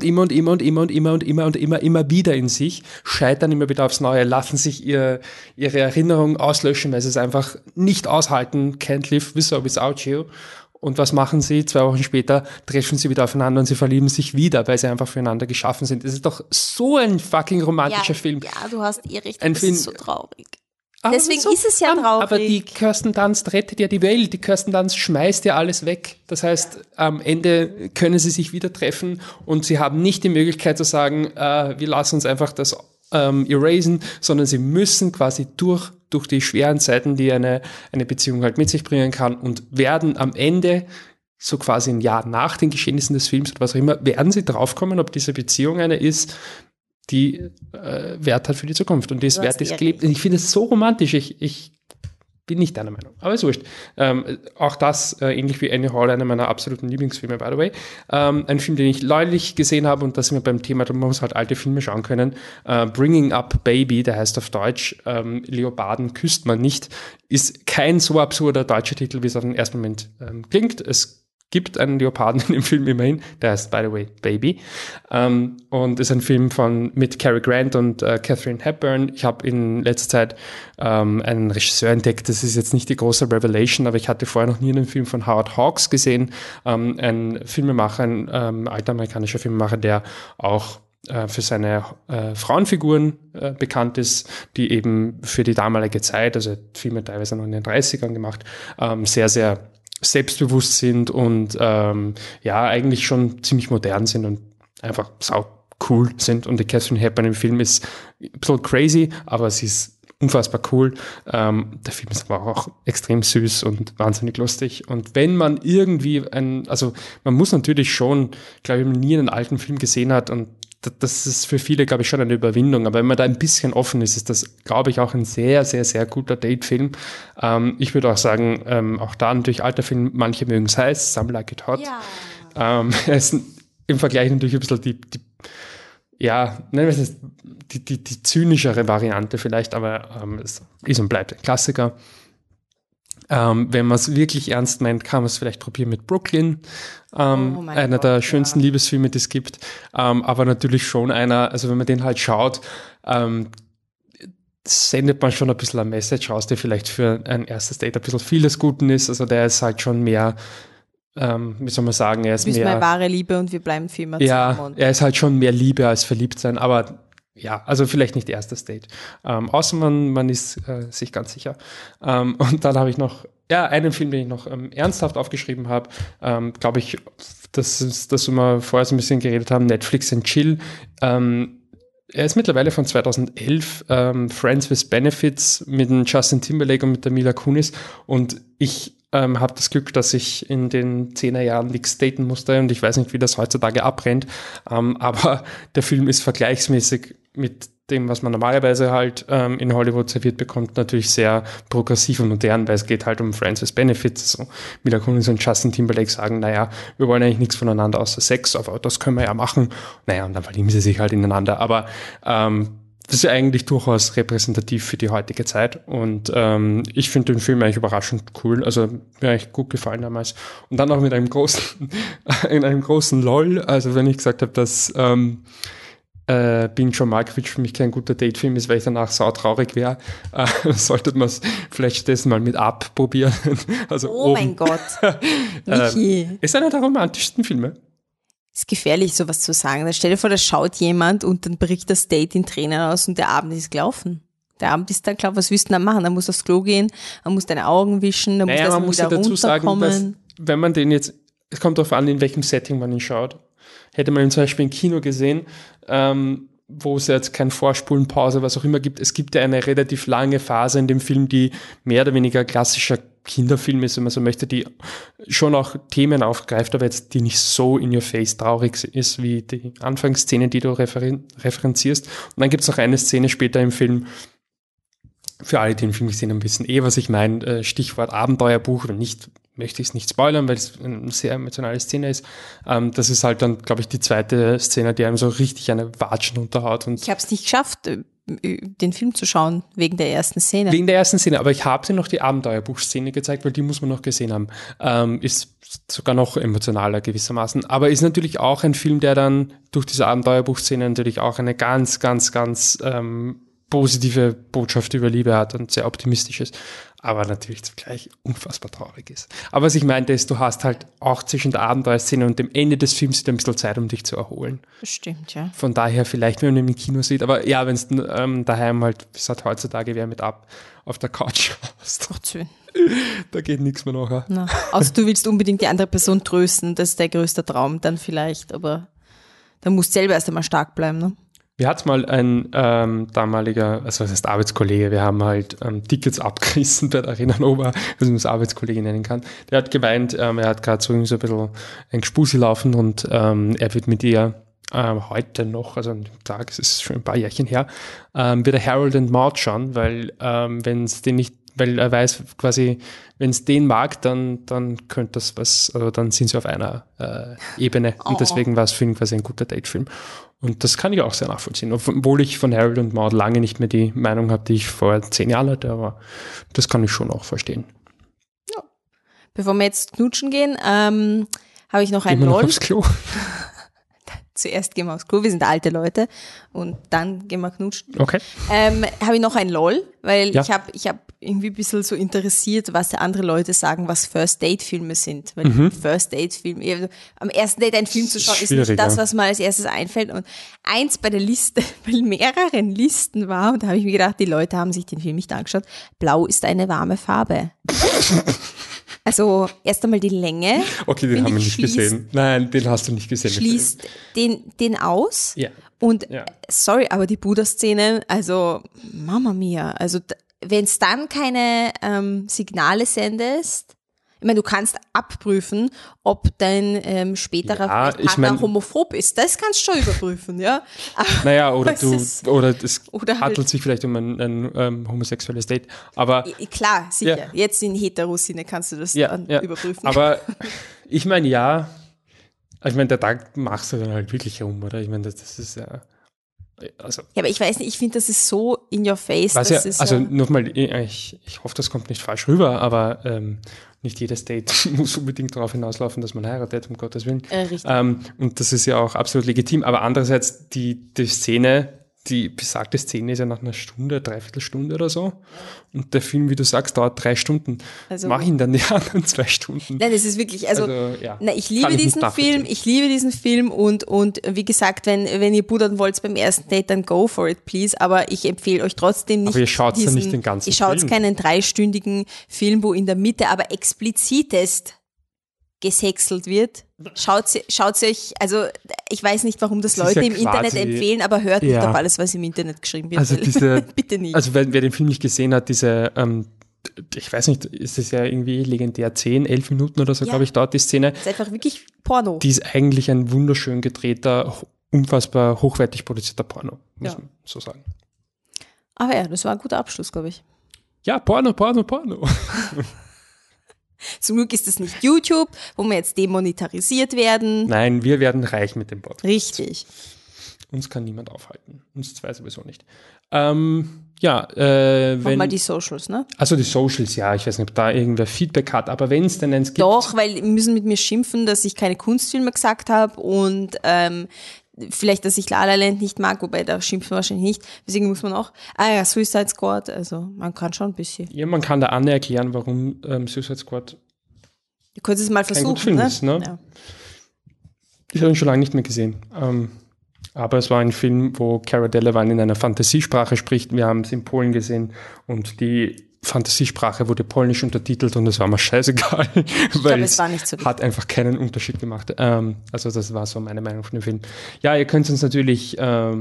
wieder in sich, scheitern immer wieder aufs Neue, lassen sich ihre Erinnerungen auslöschen, weil sie es einfach nicht aushalten, can't live without you. Und was machen sie? 2 Wochen später treffen sie wieder aufeinander und sie verlieben sich wieder, weil sie einfach füreinander geschaffen sind. Das ist doch so ein fucking romantischer Film. Ja, du hast recht, das ist so traurig. Deswegen ist es ja traurig. Aber die Kirsten Dunst rettet ja die Welt. Die Kirsten Dunst schmeißt ja alles weg. Das heißt, am Ende können sie sich wieder treffen und sie haben nicht die Möglichkeit zu sagen, wir lassen uns einfach das erasen, sondern sie müssen quasi durch die schweren Zeiten, die eine Beziehung halt mit sich bringen kann, und werden am Ende, so quasi ein Jahr nach den Geschehnissen des Films oder was auch immer, werden sie draufkommen, ob diese Beziehung eine ist, die Wert hat für die Zukunft und die ist Wert des gelebt. Ich finde es so romantisch. Ich bin nicht deiner Meinung. Aber ist wurscht. Auch das, ähnlich wie Annie Hall, einer meiner absoluten Lieblingsfilme, by the way. Ein Film, den ich neulich gesehen habe, und da sind wir beim Thema, man muss halt alte Filme schauen können. Bringing Up Baby, der heißt auf Deutsch Leoparden küsst man nicht, ist kein so absurder deutscher Titel, wie es auf den ersten Moment klingt. Es gibt einen Leoparden in dem Film immerhin, der heißt, by the way, Baby. Und ist ein Film mit Cary Grant und Katharine Hepburn. Ich habe in letzter Zeit einen Regisseur entdeckt, das ist jetzt nicht die große Revelation, aber ich hatte vorher noch nie einen Film von Howard Hawks gesehen. Ein Filmemacher, ein alter amerikanischer Filmemacher, der auch für seine Frauenfiguren bekannt ist, die eben für die damalige Zeit, also Filme teilweise noch in den 30ern gemacht, sehr, sehr selbstbewusst sind und eigentlich schon ziemlich modern sind und einfach sau cool sind. Und die Katharine Hepburn im Film ist ein bisschen crazy, aber sie ist unfassbar cool. Der Film ist aber auch extrem süß und wahnsinnig lustig. Und wenn man irgendwie man muss natürlich schon, glaube ich, wenn man nie einen alten Film gesehen hat, und das ist für viele, glaube ich, schon eine Überwindung. Aber wenn man da ein bisschen offen ist, ist das, glaube ich, auch ein sehr, sehr, sehr guter Date-Film. Ich würde auch sagen, auch da natürlich alter Film, manche mögen es heiß, Some Like It Hot. Ja. Er ist im Vergleich natürlich ein bisschen die zynischere Variante vielleicht, aber es ist und bleibt ein Klassiker. Wenn man es wirklich ernst meint, kann man es vielleicht probieren mit Brooklyn. Einer der schönsten Liebesfilme, die es gibt. Aber natürlich schon also wenn man den halt schaut, sendet man schon ein bisschen eine Message raus, der vielleicht für ein erstes Date ein bisschen viel des Guten ist. Also der ist halt schon mehr, wie soll man sagen, er ist mehr... Du bist meine wahre Liebe und wir bleiben für immer zusammen. Ja, er ist halt schon mehr Liebe als Verliebtsein, aber ja, also vielleicht nicht erstes Date. Außer man ist sich ganz sicher. Und dann habe ich noch einen Film, den ich noch ernsthaft aufgeschrieben habe. Glaube ich, das ist das, wo wir vorher so ein bisschen geredet haben, Netflix and Chill. Er ist mittlerweile von 2011, Friends with Benefits mit dem Justin Timberlake und mit der Mila Kunis. Und ich habe das Glück, dass ich in den 10er Jahren nichts daten musste und ich weiß nicht, wie das heutzutage abbrennt. Aber der Film ist vergleichsmäßig mit dem, was man normalerweise halt in Hollywood serviert bekommt, natürlich sehr progressiv und modern, weil es geht halt um Friends with Benefits. So, Mila Kunis und Justin Timberlake sagen, naja, wir wollen eigentlich nichts voneinander außer Sex, aber das können wir ja machen. Naja, und dann verlieben sie sich halt ineinander. Aber das ist ja eigentlich durchaus repräsentativ für die heutige Zeit und ich finde den Film eigentlich überraschend cool, also mir eigentlich gut gefallen damals. Und dann auch mit einem großen, in einem großen LOL, also wenn ich gesagt habe, dass Being John Malkovich für mich kein guter Datefilm ist, weil ich danach sautraurig wäre, sollte man es vielleicht stattdessen mal mit Up probieren. Also Oh mein Gott. Niki. Ist einer der romantischsten Filme. Ist gefährlich, sowas zu sagen. Dann stell dir vor, da schaut jemand und dann bricht das Date in Tränen aus und der Abend ist gelaufen. Der Abend ist dann klar, was willst du dann machen? Dann musst du aufs Klo gehen, dann musst du deine Augen wischen, dann musst du Man muss ja wieder dazu sagen, dass, runterkommen. wenn man den jetzt, es kommt darauf an, in welchem Setting man ihn schaut. Hätte man ihn zum Beispiel im Kino gesehen, wo es jetzt kein Vorspulen, Pause, was auch immer gibt. Es gibt ja eine relativ lange Phase in dem Film, die mehr oder weniger klassischer Kinderfilm ist, wenn man so möchte, die schon auch Themen aufgreift, aber jetzt die nicht so in your face traurig ist, wie die Anfangsszene, die du referenzierst. Und dann gibt es noch eine Szene später im Film, für alle, die den Film gesehen haben, wissen was ich meine, Stichwort Abenteuerbuch, oder nicht, möchte ich es nicht spoilern, weil es eine sehr emotionale Szene ist. Das ist halt dann, glaube ich, die zweite Szene, die einem so richtig eine Watschen unterhaut. Und Ich habe es nicht geschafft, den Film zu schauen, wegen der ersten Szene. wegen der ersten Szene, aber ich habe dir noch die Abenteuerbuch-Szene gezeigt, weil die muss man noch gesehen haben. Ist sogar noch emotionaler gewissermaßen, aber ist natürlich auch ein Film, der dann durch diese Abenteuerbuch-Szene natürlich auch eine ganz, ganz, ganz positive Botschaft über Liebe hat und sehr optimistisch ist, aber natürlich zugleich unfassbar traurig ist. Aber was ich meinte ist, du hast halt auch zwischen der Abenteuerszene und dem Ende des Films wieder ein bisschen Zeit, um dich zu erholen. Stimmt, ja. Von daher vielleicht, wenn man ihn im Kino sieht, aber ja, wenn es daheim halt, wie es halt heutzutage wäre, mit ab auf der Couch hast, Ach, schön. da geht nichts mehr nachher. Na, außer du willst unbedingt die andere Person trösten, das ist der größte Traum, dann vielleicht, aber dann musst du selber erst einmal stark bleiben, ne? Mir hat mal ein damaliger, also was heißt Arbeitskollege, wir haben halt Tickets abgerissen bei der Arena Nova, was man das Arbeitskollege nennen kann. Der hat geweint, er hat gerade so ein bisschen ein Gespusi laufen und er wird mit ihr heute noch, also an dem Tag, es ist schon ein paar Jährchen her, wird er Harold and Maude schauen, weil wenn es den nicht, weil er weiß quasi, wenn es den mag, dann könnte das was, also dann sind sie auf einer Ebene und deswegen war es für ihn quasi ein guter Datefilm. Und das kann ich auch sehr nachvollziehen, obwohl ich von Harold und Maude lange nicht mehr die Meinung habe, die ich vor 10 Jahren hatte, aber das kann ich schon auch verstehen. Ja. Bevor wir jetzt knutschen gehen, habe ich noch ein Gehen wir noch LOL. aufs Klo? Zuerst gehen wir aufs Klo, wir sind alte Leute und dann gehen wir knutschen. Okay. Habe ich noch ein LOL, weil Ja. ich hab irgendwie ein bisschen so interessiert, was andere Leute sagen, was First-Date-Filme sind. Weil First-Date-Filme, am ersten Date einen Film zu schauen, ist nicht schwierig, das, ja. was mir als erstes einfällt. Und eins bei der Liste, bei mehreren Listen war, und da habe ich mir gedacht, die Leute haben sich den Film nicht angeschaut, Blau ist eine warme Farbe. Also erst einmal die Länge. Okay, den finde haben wir ich, nicht gesehen. Nein, den hast du nicht gesehen. Schließt den aus. Ja. Und Ja. sorry, aber die Buddha-Szenen, also Mama Mia, also wenn es dann keine Signale sendest, ich meine, du kannst abprüfen, ob dein späterer Ja, Partner ich mein- homophob ist. Das kannst du schon überprüfen, ja. Naja, oder Es ist- es oder halt- handelt sich vielleicht um ein homosexuelles Date, aber Klar, sicher. Ja. Jetzt in Hetero-Sinne kannst du das ja, dann ja. überprüfen. Aber ich meine, ja, ich meine, der Tag machst du dann halt wirklich rum, oder? Ich meine, das ist ja, also, ja, aber ich weiß nicht, ich finde, das ist so in your face. was Das ja, ist also ja, nochmal, ich hoffe, das kommt nicht falsch rüber, aber nicht jedes Date muss unbedingt darauf hinauslaufen, dass man heiratet, um Gottes Willen. richtig. Und das ist ja auch absolut legitim, aber andererseits die Szene, die besagte Szene ist ja nach einer Stunde, Dreiviertelstunde oder so. Und der Film, wie du sagst, dauert 3 Stunden. Also- Mach ihn dann die anderen 2 Stunden. Nein, es ist wirklich, also ja. na, ich Kann liebe ich nicht diesen nachvollziehen. Film, und wie gesagt, wenn ihr pudern wollt beim ersten Date, dann go for it, please, aber ich empfehle euch trotzdem nicht Aber ihr schaut ja nicht den ganzen ihr schaut Film. keinen 3-stündigen Film, wo in der Mitte aber explizitest geshäckselt wird. Schaut sie euch, also ich weiß nicht, warum das Es ist Leute ja im Internet quasi- empfehlen, aber hört nicht Ja. auf alles, was im Internet geschrieben wird. Also diese, Bitte nicht. also wer den Film nicht gesehen hat, diese, ich weiß nicht, ist es ja irgendwie legendär 10, 11 Minuten oder so, Ja. glaube ich, dauert die Szene. Es ist einfach wirklich Porno. Die ist eigentlich ein wunderschön gedrehter, unfassbar hochwertig produzierter Porno, muss Ja. man so sagen. Aber ja, das war ein guter Abschluss, glaube ich. Ja, Porno. Zum Glück ist es nicht YouTube, wo wir jetzt demonetarisiert werden. Nein, wir werden reich mit dem Podcast. Richtig. uns kann niemand aufhalten. Uns zwei sowieso nicht. Nochmal die Socials, ne? Also die Socials, ja, ich weiß nicht, ob da irgendwer Feedback hat, aber wenn es denn eins gibt. Doch, weil die müssen mit mir schimpfen, dass ich keine Kunstfilme gesagt habe und vielleicht, dass ich La La Land nicht mag, wobei da schimpfen wir wahrscheinlich nicht. Deswegen muss man auch, Suicide Squad, also man kann schon ein bisschen. Ja, man kann der Anne erklären, warum Suicide Squad Du könntest es mal versuchen, ne? Ist, ne? Ja. Ich habe ihn schon lange nicht mehr gesehen. Aber es war ein Film, wo Cara Delevingne in einer Fantasiesprache spricht. Wir haben es in Polen gesehen und die Fantasiesprache wurde polnisch untertitelt und es war mir scheißegal, weil es hat einfach keinen Unterschied gemacht. Also das war so meine Meinung von dem Film. Ja, ihr könnt uns natürlich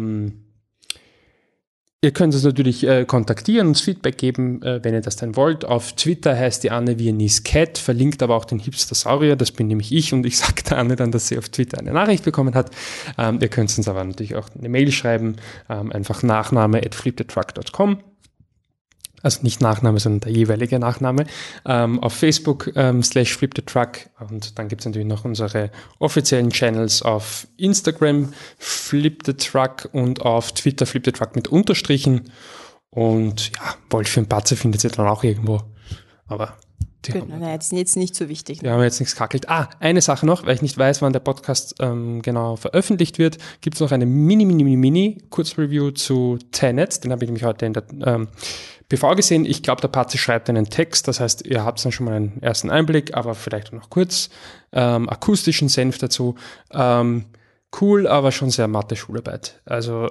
kontaktieren, uns Feedback geben, wenn ihr das dann wollt. Auf Twitter heißt die Anne Viennese Cat, verlinkt aber auch den Hipster-Saurier, das bin nämlich ich und ich sage der Anne dann, dass sie auf Twitter eine Nachricht bekommen hat. Ihr könnt uns aber natürlich auch eine Mail schreiben, einfach nachname@flipthetruck.com. Also nicht Nachname, sondern der jeweilige Nachname, auf Facebook /flipthetruck und dann gibt es natürlich noch unsere offiziellen Channels auf Instagram flipthetruck und auf Twitter flipthetruck mit Unterstrichen und ja, Wolf für ein Patze findet ihr dann auch irgendwo, aber die sind jetzt nicht so wichtig. Die haben jetzt nichts kackelt. Eine Sache noch, weil ich nicht weiß, wann der Podcast genau veröffentlicht wird, gibt es noch eine mini Kurzreview zu Tenet, den habe ich nämlich heute in der PV gesehen. Ich glaube, der Patze schreibt einen Text, das heißt, ihr habt dann schon mal einen ersten Einblick, aber vielleicht noch kurz akustischen Senf dazu. Cool, aber schon sehr matte Schularbeit. Also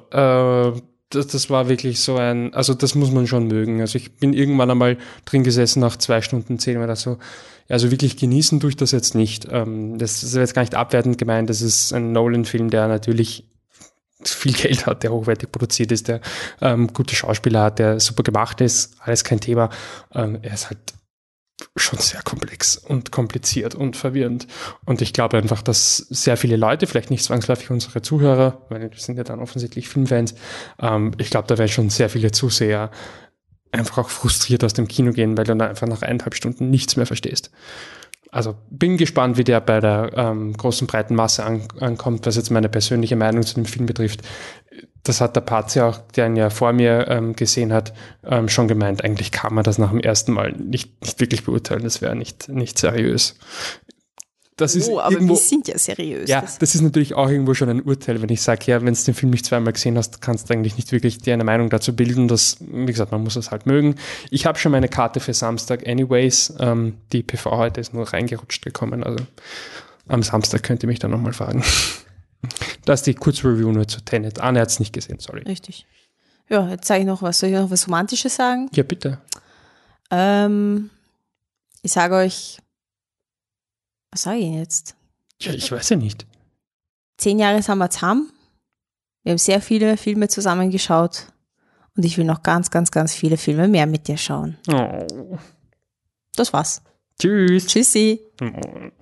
das war wirklich so also das muss man schon mögen. Also ich bin irgendwann einmal drin gesessen nach 2 Stunden 10 oder so. Also wirklich genießen tue ich das jetzt nicht. Das ist jetzt gar nicht abwertend gemeint. Das ist ein Nolan-Film, der natürlich viel Geld hat, der hochwertig produziert ist, der gute Schauspieler hat, der super gemacht ist, alles kein Thema. Er ist halt schon sehr komplex und kompliziert und verwirrend. Und ich glaube einfach, dass sehr viele Leute, vielleicht nicht zwangsläufig unsere Zuhörer, weil wir sind ja dann offensichtlich Filmfans, ich glaube, da werden schon sehr viele Zuseher einfach auch frustriert aus dem Kino gehen, weil du dann einfach nach 1,5 Stunden nichts mehr verstehst. Also bin gespannt, wie der bei der großen breiten Masse ankommt, was jetzt meine persönliche Meinung zu dem Film betrifft. Das hat der Patze auch, der ihn ja vor mir gesehen hat, schon gemeint. Eigentlich kann man das nach dem ersten Mal nicht wirklich beurteilen. Das wäre nicht seriös. Das ist aber irgendwo, wir sind ja seriös. Ja, das ist natürlich auch irgendwo schon ein Urteil, wenn ich sage, ja, wenn du den Film nicht zweimal gesehen hast, kannst du eigentlich nicht wirklich dir eine Meinung dazu bilden. Das, wie gesagt, man muss das halt mögen. Ich habe schon meine Karte für Samstag anyways. Die PV heute ist nur reingerutscht gekommen. Also am Samstag könnt ihr mich dann nochmal fragen. Das ist die Kurzreview nur zu Tenet. Anne hat es nicht gesehen, sorry. Richtig. Ja, jetzt sage ich noch was. Soll ich noch was Romantisches sagen? Ja, bitte. Ich sage euch, was sage ich Ihnen jetzt? Ja, ich weiß ja nicht. 10 Jahre sind wir zusammen. Wir haben sehr viele Filme zusammengeschaut. Und ich will noch ganz, ganz, ganz viele Filme mehr mit dir schauen. Oh. Das war's. Tschüss. Tschüssi. Oh.